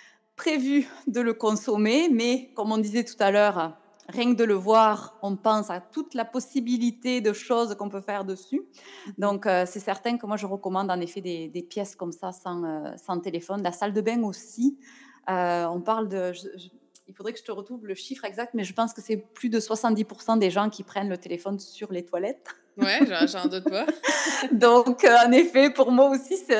prévu de le consommer, mais comme on disait tout à l'heure, rien que de le voir, on pense à toute la possibilité de choses qu'on peut faire dessus. Mmh. Donc, c'est certain que moi, je recommande en effet des pièces comme ça sans téléphone. La salle de bain aussi, on parle de il faudrait que je te retrouve le chiffre exact, mais je pense que c'est plus de 70% des gens qui prennent le téléphone sur les toilettes. Ouais, j'en doute pas. Donc, en effet, pour moi aussi, c'est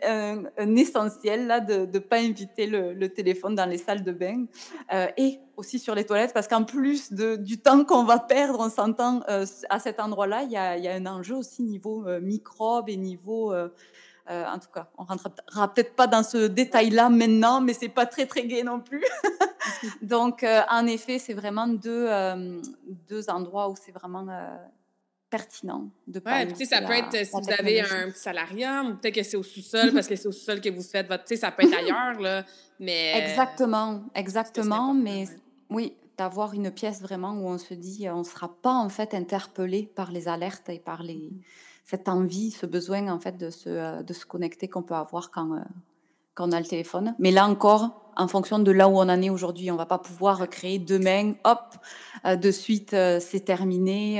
un essentiel là, de ne pas inviter le téléphone dans les salles de bain et aussi sur les toilettes, parce qu'en plus du temps qu'on va perdre, on s'entend à cet endroit-là, il y a un enjeu aussi niveau microbes et niveau... en tout cas, on ne rentrera peut-être pas dans ce détail-là maintenant, mais c'est pas très, très gai non plus. Donc, en effet, c'est vraiment deux endroits où c'est vraiment pertinent de ne pas Ouais, puis tu sais, inviter ça peut être la si vous avez technologie. un petit salarium, ou peut-être que c'est au sous-sol parce que c'est au sous-sol que vous faites votre. Tu sais, ça peut être ailleurs, là, mais Exactement, est-ce que c'est exactement, important? mais Ouais. oui, d'avoir une pièce vraiment où on se dit, on ne sera pas en fait interpellé par les alertes et par cette envie, ce besoin en fait de se connecter qu'on peut avoir quand on a le téléphone. Mais là encore, en fonction de là où on en est aujourd'hui, on va pas pouvoir recréer demain, hop, de suite, c'est terminé,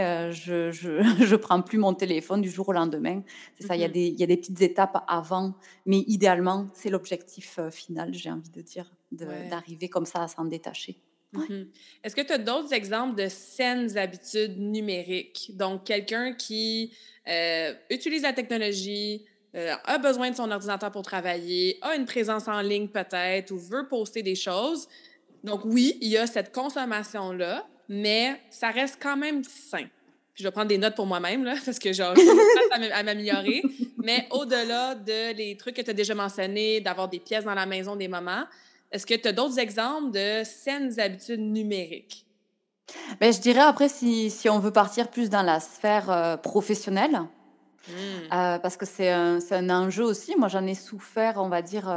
je prends plus mon téléphone du jour au lendemain. C'est ça, Mhm. il y a des petites étapes avant, mais idéalement, c'est l'objectif, final, j'ai envie de dire, Ouais. d'arriver comme ça à s'en détacher. Ouais. Mhm. Est-ce que tu as d'autres exemples de saines habitudes numériques? Donc, quelqu'un qui utilise la technologie, a besoin de son ordinateur pour travailler, a une présence en ligne peut-être ou veut poster des choses. Donc, oui, il y a cette consommation-là, mais ça reste quand même sain. Puis je vais prendre des notes pour moi-même, là, parce que genre, j'ai toujours hâte à m'améliorer. Mais au-delà de les trucs que tu as déjà mentionnés, d'avoir des pièces dans la maison, des moments, est-ce que tu as d'autres exemples de saines habitudes numériques? Beh, je dirais après si on veut partir plus dans la sphère, professionnelle, Hmm. parce que c'est un enjeu aussi. Moi, j'en ai souffert, on va dire,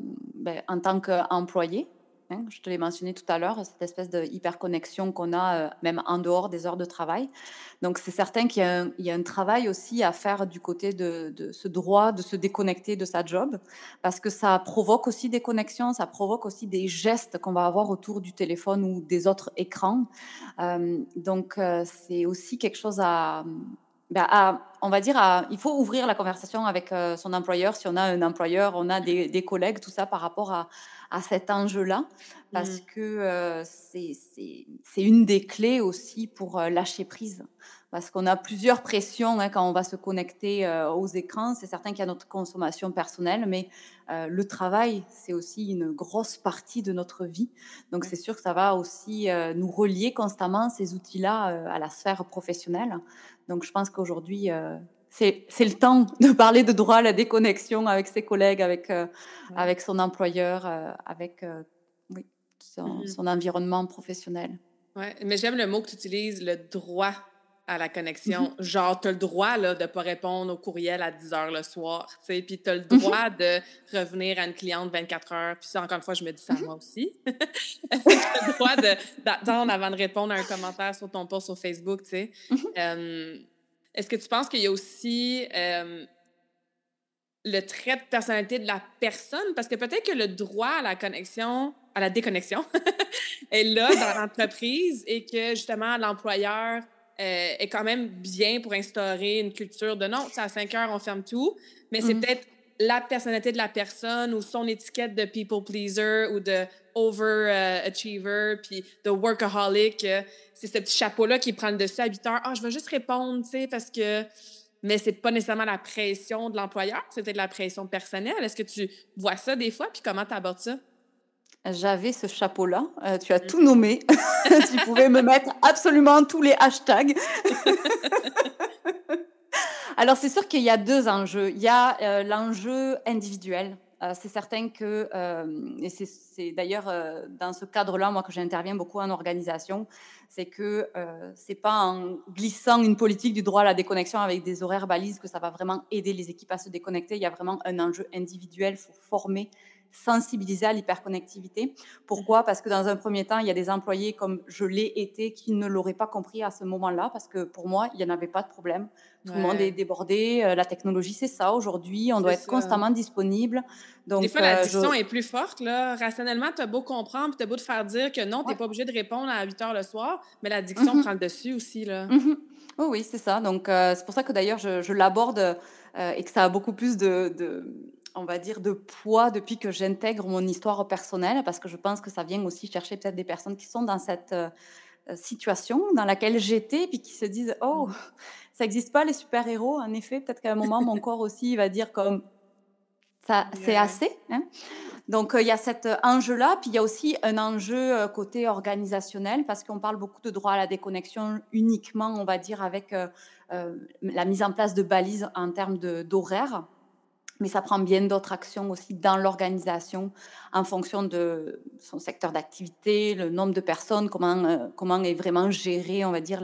en tant qu'employée, hein. Je te l'ai mentionné tout à l'heure, cette espèce de hyper-connexion qu'on a, même en dehors des heures de travail. Donc c'est certain qu'il y a un travail aussi à faire du côté de ce droit de se déconnecter de sa job, parce que ça provoque aussi des connexions, ça provoque aussi des gestes qu'on va avoir autour du téléphone ou des autres écrans. Donc c'est aussi quelque chose on va dire, il faut ouvrir la conversation avec son employeur, si on a un employeur, on a des collègues, tout ça par rapport à cet enjeu-là, parce Hmm. que c'est une des clés aussi pour lâcher prise. Parce qu'on a plusieurs pressions hein, quand on va se connecter aux écrans. C'est certain qu'il y a notre consommation personnelle, mais le travail, c'est aussi une grosse partie de notre vie. Donc Ouais. c'est sûr que ça va aussi nous relier constamment, ces outils-là, à la sphère professionnelle. Donc je pense qu'aujourd'hui, c'est le temps de parler de droit à la déconnexion avec ses collègues, Ouais. avec son employeur, avec oui, Mhm. son environnement professionnel. Ouais. Mais j'aime le mot que tu utilises, le droit à la Mhm, connexion. Genre, tu as le droit là, de ne pas répondre au courriel à 10 heures le soir, tu sais, puis tu as le mhm, droit de revenir à une cliente 24 heures. Puis ça, encore une fois, je me dis ça à mhm. moi aussi. Tu as le droit d'attendre avant de répondre à un commentaire sur ton post sur Facebook, tu sais. Mhm. Euh, Est-ce que tu penses qu'il y a aussi le trait de personnalité de la personne? Parce que peut-être que le droit à la connexion, à la déconnexion, est là dans l'entreprise et que justement l'employeur est quand même bien pour instaurer une culture de non, tu sais, à 5 heures, on ferme tout, mais c'est Mhm. peut-être la personnalité de la personne ou son étiquette de people pleaser ou de overachiever puis de workaholic. C'est ce petit chapeau-là qui prend le dessus à 8 heures. Ah, je vais juste répondre, tu sais, parce que. Mais c'est pas nécessairement la pression de l'employeur, c'est peut-être la pression personnelle. Est-ce que tu vois ça des fois, puis comment tu abordes ça? J'avais ce chapeau-là, tu as tout Mhm. nommé. Tu pouvais me mettre absolument tous les hashtags. Alors, c'est sûr qu'il y a 2 enjeux. Il y a, l'enjeu individuel. C'est certain que, et c'est d'ailleurs, dans ce cadre-là, moi, que j'interviens beaucoup en organisation, c'est que, c'est pas en glissant une politique du droit à la déconnexion avec des horaires balises que ça va vraiment aider les équipes à se déconnecter. Il y a vraiment un enjeu individuel. Il faut former, sensibiliser à l'hyperconnectivité. Pourquoi? Parce que dans un premier temps, il y a des employés comme je l'ai été, qui ne l'auraient pas compris à ce moment-là, parce que pour moi, il y en avait pas de problème. Tout le monde est Ouais, débordé. La technologie, c'est ça aujourd'hui. On doit c'est être ça. constamment disponible. Des Donc, fois, l'addiction est plus forte, là. Rationnellement, tu as beau comprendre, puis tu as beau te faire dire que non, tu n'es ouais. pas obligé de répondre à 8 heures le soir, mais l'addiction prend le Mhm. dessus aussi, là. Mhm. Oui, oui, c'est ça. Donc, c'est pour ça que d'ailleurs, je l'aborde et que ça a beaucoup plus on va dire, de poids depuis que j'intègre mon histoire personnelle, parce que je pense que ça vient aussi chercher peut-être des personnes qui sont dans cette, situation dans laquelle j'étais, puis qui se disent: «Oh, Mmh. ça existe pas les super-héros». En effet, peut-être qu'à un moment, mon corps aussi, il va dire comme: «Ça, c'est Ouais. assez», hein. Donc, il y a cet enjeu-là, puis il y a aussi un enjeu, côté organisationnel parce qu'on parle beaucoup de droit à la déconnexion uniquement, on va dire, avec, la mise en place de balises en termes d'horaire. Mais ça prend bien d'autres actions aussi dans l'organisation en fonction de son secteur d'activité, le nombre de personnes, comment est vraiment gérée, on va dire,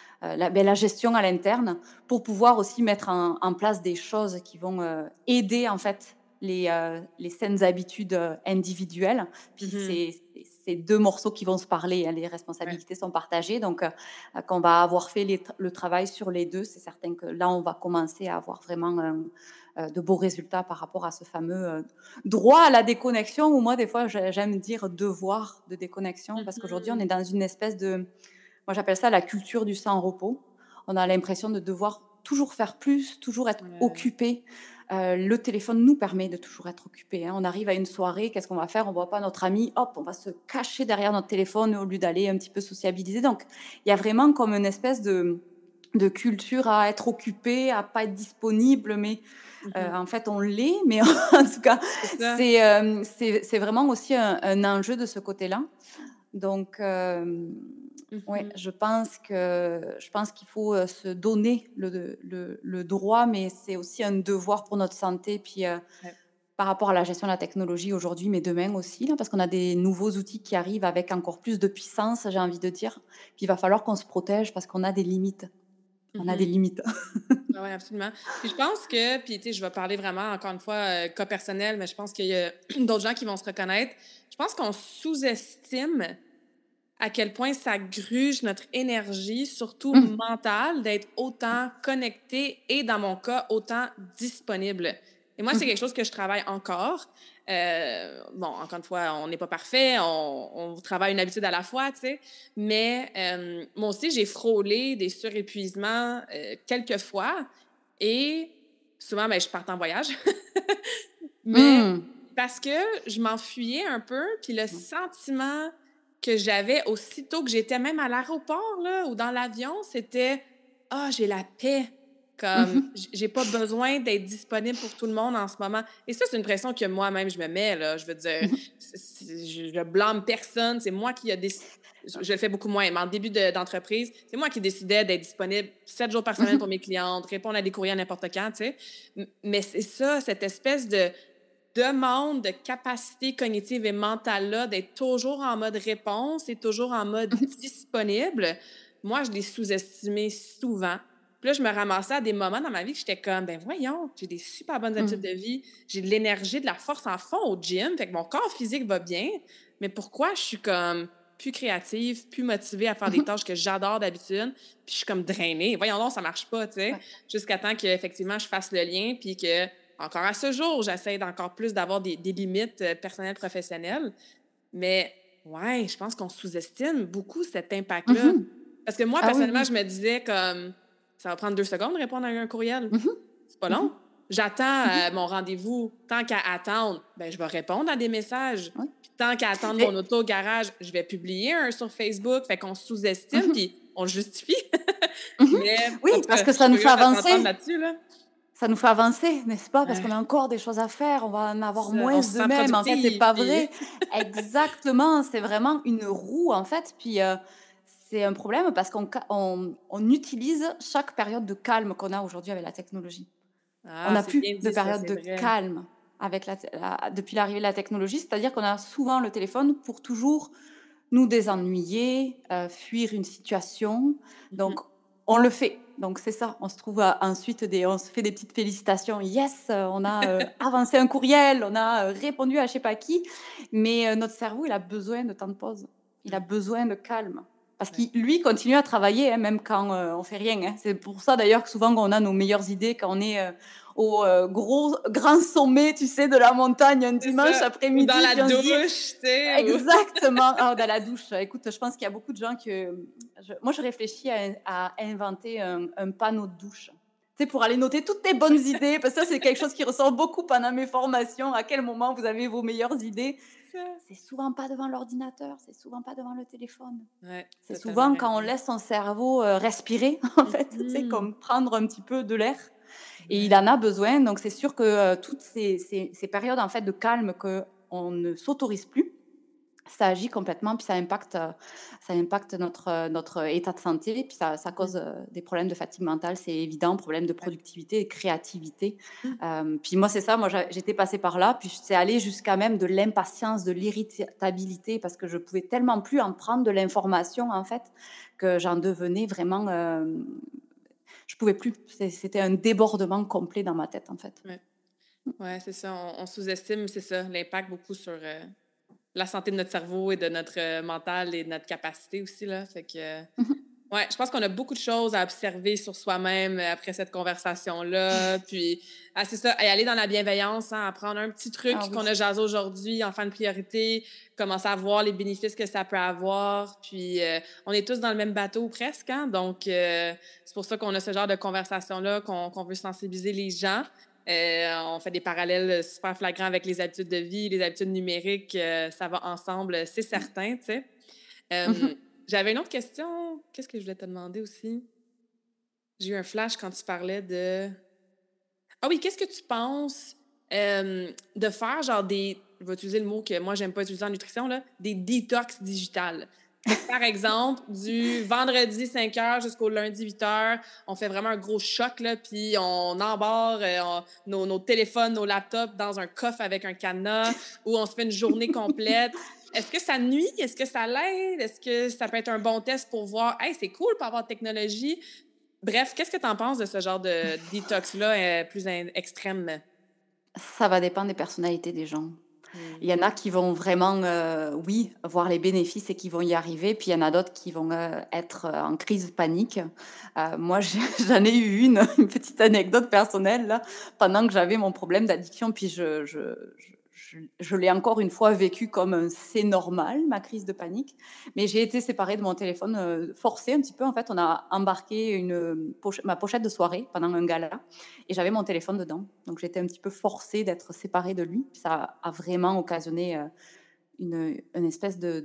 la gestion à l'interne pour pouvoir aussi mettre en place des choses qui vont, aider en fait les saines habitudes, individuelles. Puis Mmh. c'est 2 morceaux qui vont se parler, hein, les Ouais. responsabilités sont partagées donc quand on va avoir fait le travail sur les 2, c'est certain que là, on va commencer à avoir vraiment de beaux résultats par rapport à ce fameux, droit à la déconnexion ou moi des fois j'aime dire devoir de déconnexion parce qu'aujourd'hui on est Mmh. dans une espèce de moi j'appelle ça la culture du sans repos. On a l'impression de devoir toujours faire plus, toujours être Ouais. occupé. Le téléphone nous permet de toujours être occupé, hein. On arrive à une soirée, qu'est-ce qu'on va faire? On voit pas notre ami, hop, on va se cacher derrière notre téléphone au lieu d'aller un petit peu sociabiliser. Donc il y a vraiment comme une espèce de culture à être occupé, à pas être disponible, mais Mmh. en fait, on l'est, mais en tout cas, C'est ça. c'est vraiment aussi un enjeu de ce côté-là. Donc, ouais, Mmh. je pense qu'il faut, se donner le droit, mais c'est aussi un devoir pour notre santé. Puis, Ouais. par rapport à la gestion de la technologie aujourd'hui, mais demain aussi, là, parce qu'on a des nouveaux outils qui arrivent avec encore plus de puissance, j'ai envie de dire. Puis il va falloir qu'on se protège parce qu'on a des limites. On a des Mmh. limites. Ah ouais, absolument. Puis je pense que puis tu sais, je vais parler vraiment encore une fois, cas personnel, mais je pense qu'il y a d'autres gens qui vont se reconnaître. Je pense qu'on sous-estime à quel point ça gruge notre énergie, surtout Mmh. mentale, d'être autant connecté et, dans mon cas, autant disponible. Et moi, c'est Mmh. quelque chose que je travaille encore. Bon, encore une fois, on n'est pas parfait, on travaille une habitude à la fois, tu sais. Mais moi aussi, j'ai frôlé des surépuisements quelques fois et souvent, ben, je pars en voyage. Mais Mmh. parce que je m'enfuyais un peu, puis le sentiment que j'avais aussitôt que j'étais même à l'aéroport là, ou dans l'avion, c'était: «Ah, j'ai la paix». Mmh Comme mh. j'ai pas besoin d'être disponible pour tout le monde en ce moment et ça, c'est une pression que moi-même je me mets là. Je veux dire, Mmh. je blâme personne, c'est moi qui a déc je le fais beaucoup moins, mais en début d'entreprise, c'est moi qui décidais d'être disponible 7 jours par semaine pour Mmh. mes clientes, répondre à des courriels n'importe quand, tu sais? Mais c'est ça, cette espèce de demande de capacité cognitive et mentale-là, d'être toujours en mode réponse et toujours en mode disponible, moi, je l'ai sous-estimé souvent. Puis là, je me ramassais à des moments dans ma vie que j'étais comme: «Ben voyons, j'ai des super bonnes habitudes Mmh. de vie, j'ai de l'énergie, de la force en fond au gym, fait que mon corps physique va bien, mais pourquoi je suis comme plus créative, plus motivée à faire des Mmh. tâches que j'adore d'habitude, puis je suis comme drainée? Voyons donc, ça marche pas», tu sais? Ouais. Jusqu'à temps qu'effectivement je fasse le lien puis que encore à ce jour, j'essaie d'encore plus d'avoir des limites, personnelles, professionnelles. Mais ouais, je pense qu'on sous-estime beaucoup cet Mmh impact-là. mh. Parce que moi, Ah oui, personnellement, oui. je me disais comme: «Ça va prendre 2 secondes de répondre à un courriel. Mmh mh. C'est pas Mmh mh. long. J'attends, Mmh mh. mon rendez-vous. Tant qu'à attendre, ben, je vais répondre à des messages. Ouais. Puis tant qu'à attendre mon Mais auto au garage, je vais publier un sur Facebook». Fait qu'on mmh sous-estime, mh. puis on le justifie. Mmh mh. Mais Oui, en tout parce cas, que je suis ça nous fait curieuse de t'entendre avancer. là-dessus, là. Ça nous fait avancer, n'est-ce pas? Parce qu'on Ouais, a encore des choses à faire, on va en avoir ça, moins on se de sent même. En fait, c'est productive, pas puis vrai. Exactement, c'est vraiment une roue, en fait, puis, c'est un problème parce qu'on utilise chaque période de calme qu'on a aujourd'hui avec la technologie. On ah, n'a c'est plus bien de dit ça, période c'est de vrai. calme avec depuis l'arrivée de la technologie, c'est-à-dire qu'on a souvent le téléphone pour toujours nous désennuyer, fuir une situation, Mmh mh. donc on le fait. Donc c'est ça, on se trouve, ensuite on se fait des petites félicitations. Yes, on a, avancé un courriel, on a, répondu à je sais pas qui, mais notre cerveau, il a besoin de temps de pause. Il a Mmh, besoin de calme parce ouais. qu'il lui continue à travailler, hein, même quand, on fait rien, hein. C'est pour ça d'ailleurs que souvent on a nos meilleures idées quand on est, au, gros grand sommet, tu sais, de la montagne un C'est dimanche ça, ou dans après-midi, la puis on se dit douche, tu sais, ou exactement. Ah, dans la douche, écoute, je pense qu'il y a beaucoup de gens moi, je réfléchis à inventer un panneau de douche. Tu sais, pour aller noter toutes tes bonnes idées, parce que ça, c'est quelque chose qui ressort beaucoup pendant mes formations. À quel moment vous avez vos meilleures idées? Ça. C'est souvent pas devant l'ordinateur, c'est souvent pas devant le téléphone. Ouais, C'est totalement souvent quand on raison. laisse son cerveau, respirer, en fait, tu sais, Mmh. comme prendre un petit peu de l'air et il Ouais. en a besoin. Donc c'est sûr que, toutes ces périodes, en fait, de calme qu'on ne s'autorise plus, ça agit complètement, puis ça impacte notre état de santé, puis ça Mmh. cause, des problèmes de fatigue mentale, c'est évident, problèmes de Ouais. productivité et de créativité. Mmh. Puis moi, c'est ça, moi j'étais passée par là, puis c'est allé jusqu'à même de l'impatience, de l'irritabilité parce que je pouvais tellement plus en prendre de l'information, en fait, que j'en devenais vraiment, je pouvais plus. C'était un débordement complet dans ma tête, en fait. Ouais. Ouais, c'est ça, on sous-estime, c'est ça, l'impact beaucoup sur, la santé de notre cerveau et de notre, mental et de notre capacité aussi, là, fait que Mmh mh. ouais, je pense qu'on a beaucoup de choses à observer sur soi-même, après cette conversation-là. Puis, ah, c'est ça, et aller dans la bienveillance, hein, apprendre un petit Ah truc oui. qu'on a jasé aujourd'hui, en faire une priorité, commencer à voir les bénéfices que ça peut avoir. Puis, on est tous dans le même bateau presque, hein, donc c'est pour ça qu'on a ce genre de conversation-là, qu'on veut sensibiliser les gens. On fait des parallèles super flagrants avec les habitudes de vie, les habitudes numériques, ça va ensemble, c'est certain, tu sais. Mmh Hem, mh. J'avais une autre question. Qu'est-ce que je voulais te demander aussi? J'ai eu un flash quand tu parlais de ah oui, qu'est-ce que tu penses, de faire genre des je vais utiliser le mot que moi j'aime pas utiliser en nutrition là, des détox digitales? Fait que par exemple, du vendredi 5 heures jusqu'au lundi 8 heures, on fait vraiment un gros choc là, puis on embarre, nos téléphones, nos laptops dans un coffre avec un cadenas ou on se fait une journée complète. Est-ce que ça nuit? Est-ce que ça l'aide? Est-ce que ça peut être un bon test pour voir: «Hey, c'est cool pour avoir de technologie». Bref, qu'est-ce que tu en penses de ce genre de détox-là, plus extrême? Ça va dépendre des personnalités des gens. Mmh. Il y en a qui vont vraiment, oui, voir les bénéfices et qui vont y arriver, puis il y en a d'autres qui vont, être, en crise panique. Moi, j'en ai eu une petite anecdote personnelle là, pendant que j'avais mon problème d'addiction, puis je l'ai encore une fois vécu comme un «c'est normal», ma crise de panique. Mais j'ai été séparée de mon téléphone, forcée un petit peu en fait. On a embarqué ma pochette de soirée pendant un gala et j'avais mon téléphone dedans. Donc j'étais un petit peu forcée d'être séparée de lui. Ça a vraiment occasionné, une espèce de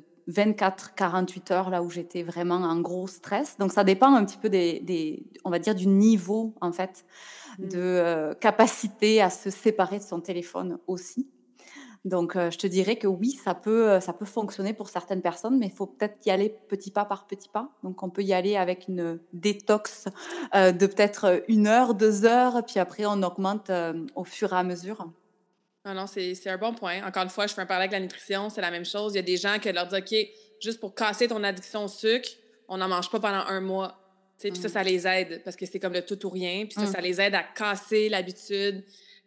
24-48 heures là où j'étais vraiment en gros stress. Donc ça dépend un petit peu des on va dire du niveau en fait de, Mmh. capacité à se séparer de son téléphone aussi. Donc je te dirais que oui, ça peut fonctionner pour certaines personnes, mais il faut peut-être y aller petit pas par petit pas. Donc on peut y aller avec une détox, de peut-être, 1 heure, 2 heures, puis après on augmente, au fur et à mesure. Ah non, c'est un bon point. Encore une fois, je fais un parallèle avec la nutrition, c'est la même chose. Il y a des gens que leur dit: «OK, juste pour casser ton addiction au sucre, on n'en mange pas pendant un mois». Tu sais, puis Mmh. ça les aide parce que c'est comme le tout ou rien, puis ça Mmh. les aide à casser l'habitude,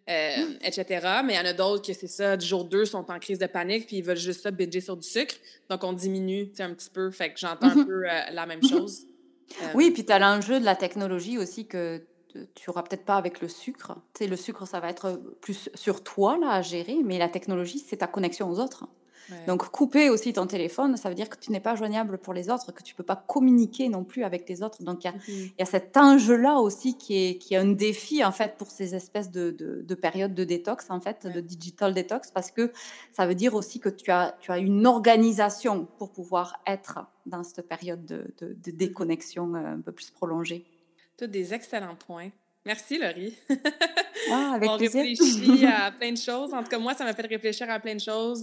et cetera. Mais il y en a d'autres que c'est ça, du jour 2 sont en crise de panique, puis ils veulent juste ça, binger sur du sucre. Donc on diminue, tu sais, un petit peu. Fait que j'entends un Mmh. peu, la même Mmh. chose. Oui, Hem, puis tu as l'enjeu de la technologie aussi que tu auras peut-être pas avec le sucre. Tu sais, le sucre, ça va être, plus sur toi, là, à gérer, mais la technologie, c'est ta connexion aux autres. ouais. Donc couper aussi ton téléphone, ça veut dire que tu n'es pas joignable pour les autres, que tu peux pas communiquer non plus avec les autres. Donc Mmh. il y a cet enjeu-là aussi qui est un défi, en fait, pour ces espèces de périodes de détox, en fait, de Ouais. digital détox, parce que ça veut dire aussi que tu as une organisation pour pouvoir être dans cette période de Mmh. déconnexion, un peu plus prolongée. Tous des excellents points. Merci, Laurie. Ah, avec On plaisir. réfléchit à plein de choses. En tout cas, moi, ça m'a fait réfléchir à plein de choses.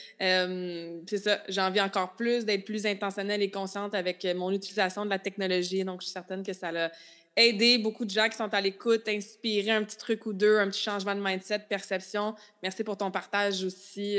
C'est ça, j'ai envie encore plus d'être plus intentionnelle et consciente avec mon utilisation de la technologie. Donc, je suis certaine que ça a aidé beaucoup de gens qui sont à l'écoute, inspiré un petit truc ou deux, un petit changement de mindset, de perception. Merci pour ton partage aussi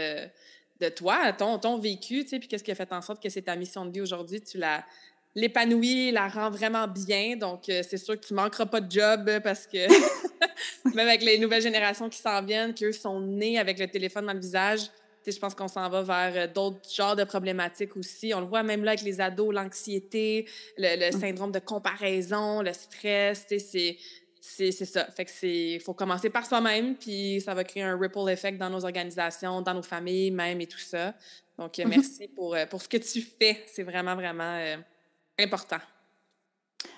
de toi, ton vécu, tu sais, puis qu'est-ce qui a fait en sorte que c'est ta mission de vie aujourd'hui. L'épanouis, la rend vraiment bien. Donc, c'est sûr que tu manqueras pas de job parce que même avec les nouvelles générations qui s'en viennent, qui eux sont nés avec le téléphone dans le visage, tu sais, je pense qu'on s'en va vers d'autres genres de problématiques aussi. On le voit même là avec les ados, l'anxiété, le Mmh. syndrome de comparaison, le stress, tu sais, c'est ça. Fait que il faut commencer par soi-même, puis ça va créer un ripple effect dans nos organisations, dans nos familles même et tout ça. Donc, Mmh. merci pour ce que tu fais. C'est vraiment, vraiment important.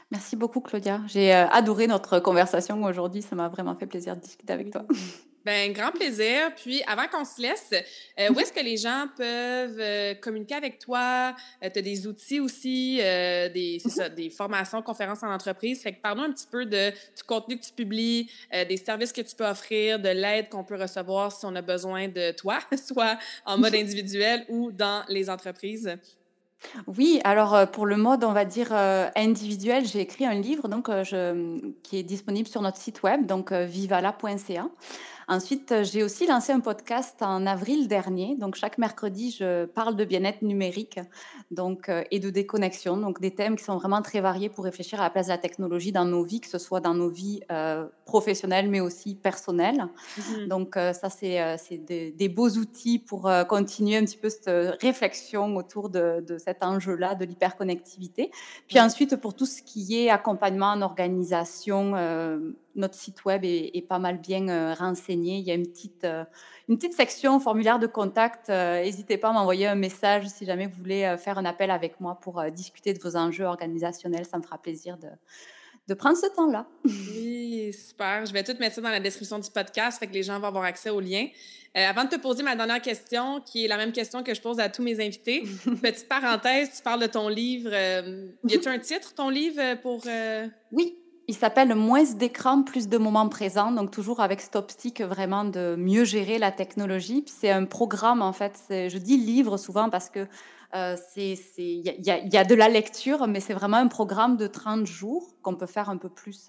Merci beaucoup, Claudia. J'ai adoré notre conversation aujourd'hui. Ça m'a vraiment fait plaisir de discuter avec toi. Oui. Ben, grand plaisir. Puis, avant qu'on se laisse, où est-ce que les gens peuvent communiquer avec toi? Tu as des outils aussi, c'est ça, des formations, conférences en entreprise. Fait que parle-nous un petit peu du contenu que tu publies, des services que tu peux offrir, de l'aide qu'on peut recevoir si on a besoin de toi, soit en mode individuel ou dans les entreprises. Oui, alors, pour le mode, on va dire, individuel, j'ai écrit un livre donc, qui est disponible sur notre site web, donc, vivala.ca. Ensuite, j'ai aussi lancé un podcast en avril dernier. Donc, chaque mercredi, je parle de bien-être numérique donc, et de déconnexion. Donc, des thèmes qui sont vraiment très variés pour réfléchir à la place de la technologie dans nos vies, que ce soit dans nos vies professionnelles, mais aussi personnelles. Mhm. Donc, ça, c'est des beaux outils pour continuer un petit peu cette réflexion autour de cet enjeu-là, de l'hyperconnectivité. Puis Ouais. ensuite, pour tout ce qui est accompagnement en organisation, notre site web est pas mal bien renseigné. Il y a une petite section formulaire de contact. N'hésitez pas à m'envoyer un message si jamais vous voulez faire un appel avec moi pour discuter de vos enjeux organisationnels. Ça me fera plaisir de prendre ce temps-là. Oui, super. Je vais tout mettre ça dans la description du podcast, fait que les gens vont avoir accès au lien. Avant de te poser ma dernière question, qui est la même question que je pose à tous mes invités, petite parenthèse, tu parles de ton livre. Y a-tu un titre, ton livre, pour... Oui, il s'appelle «Moins d'écran, plus de moments présents», donc toujours avec cette optique vraiment de mieux gérer la technologie. Puis c'est un programme en fait, je dis livre souvent parce que, il y a de la lecture, mais c'est vraiment un programme de 30 jours qu'on peut faire un peu plus,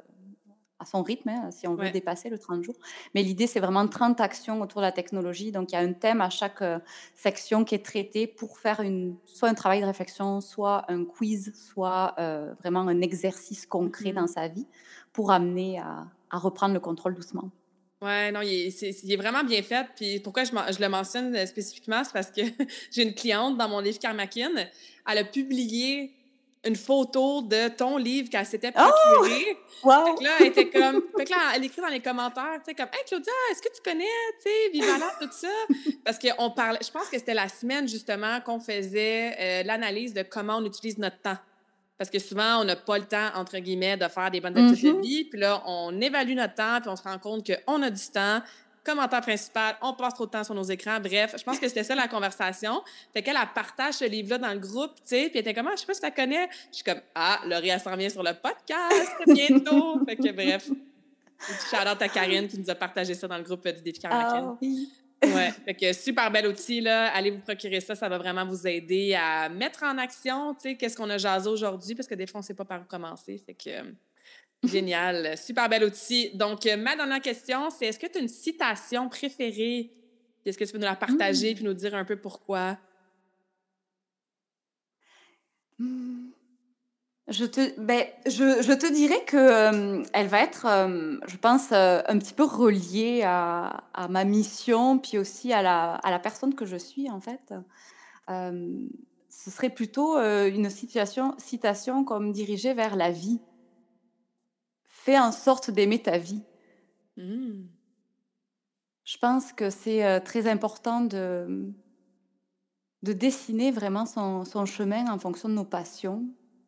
à son rythme, hein, si on veut Ouais. dépasser le 30 jours. Mais l'idée, c'est vraiment 30 actions autour de la technologie. Donc, il y a un thème à chaque section qui est traité pour faire soit un travail de réflexion, soit un quiz, soit vraiment un exercice concret dans Mhm. sa vie pour amener à reprendre le contrôle doucement. Ouais, non, il est vraiment bien fait. Puis pourquoi je le mentionne spécifiquement, c'est parce que j'ai une cliente dans mon livre Karmakin. Elle a publié une photo de ton livre qu'elle s'était Oh! procuré. Fait que Wow! là, elle était comme. Fait que là, elle écrit dans les commentaires, tu sais, comme Hey Claudia, est-ce que tu connais, tu sais, Vivala, tout ça? Parce qu'on parlait, je pense que c'était la semaine justement qu'on faisait l'analyse de comment on utilise notre temps. Parce que souvent, on n'a pas le temps, entre guillemets, de faire des bonnes habitudes de Mhm. vie. Puis là, on évalue notre temps, puis on se rend compte qu'on a du temps. Commentaire principal, on passe trop de temps sur nos écrans. Bref, je pense que c'était ça la conversation. Fait qu'elle, elle partage ce livre-là dans le groupe, tu sais, puis elle était comme, ah, je sais pas si tu la connais. Je suis comme, ah, Laurie, elle s'en vient sur le podcast bientôt. Fait que bref, un petit shout-out à Karine qui nous a partagé ça dans le groupe du défi Karmakin. Ah oui. Ouais, fait que super bel outil, là. Allez vous procurer ça, ça va vraiment vous aider à mettre en action, tu sais, qu'est-ce qu'on a jasé aujourd'hui, parce que des fois, on sait pas par où commencer. Fait que génial, super bel outil. Donc, ma dernière question, c'est est-ce que tu as une citation préférée? Est-ce que tu peux nous la partager puis Mm. nous dire un peu pourquoi? Mm. Je te dirais que, elle va être, je pense, un petit peu reliée à ma mission, puis aussi à la personne que je suis, en fait. Hem, Ce serait plutôt, une citation comme dirigée vers la vie. «Fais en sorte d'aimer ta vie». Hmm. Je pense que c'est, très important de dessiner vraiment son chemin en fonction de nos passions.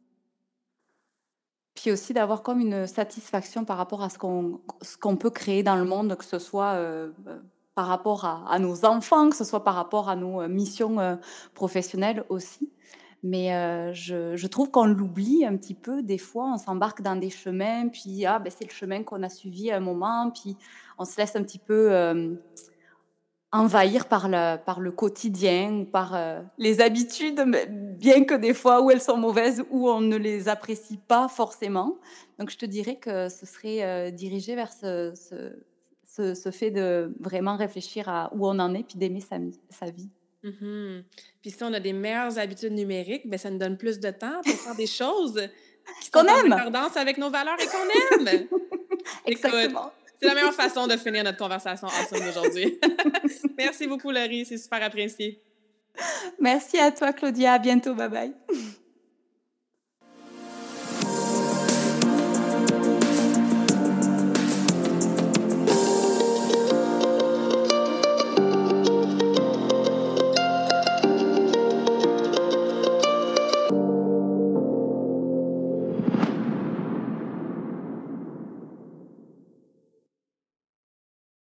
Puis aussi d'avoir comme une satisfaction par rapport à ce qu'on peut créer dans le monde, que ce soit, par rapport à nos enfants, que ce soit par rapport à nos, missions, professionnelles aussi. Mais, je trouve qu'on l'oublie un petit peu des fois, on s'embarque dans des chemins, puis, ah, ben c'est le chemin qu'on a suivi à un moment, puis on se laisse un petit peu, envahir par le quotidien ou par, les habitudes, mais bien que des fois où elles sont mauvaises, ou on ne les apprécie pas forcément. Donc je te dirais que ce serait, dirigé vers ce fait de vraiment réfléchir à où on en est, puis d'aimer sa vie. Mhm. Puis si on a des meilleures habitudes numériques, ben ça nous donne plus de temps pour faire des choses qui Qu'on sont en aime! accordance avec nos valeurs et qu'on aime. Écoute, Exactement. c'est la meilleure façon de finir notre conversation awesome d'aujourd'hui. Merci beaucoup, Laurie. C'est super apprécié. Merci à toi Claudia, à bientôt, bye bye.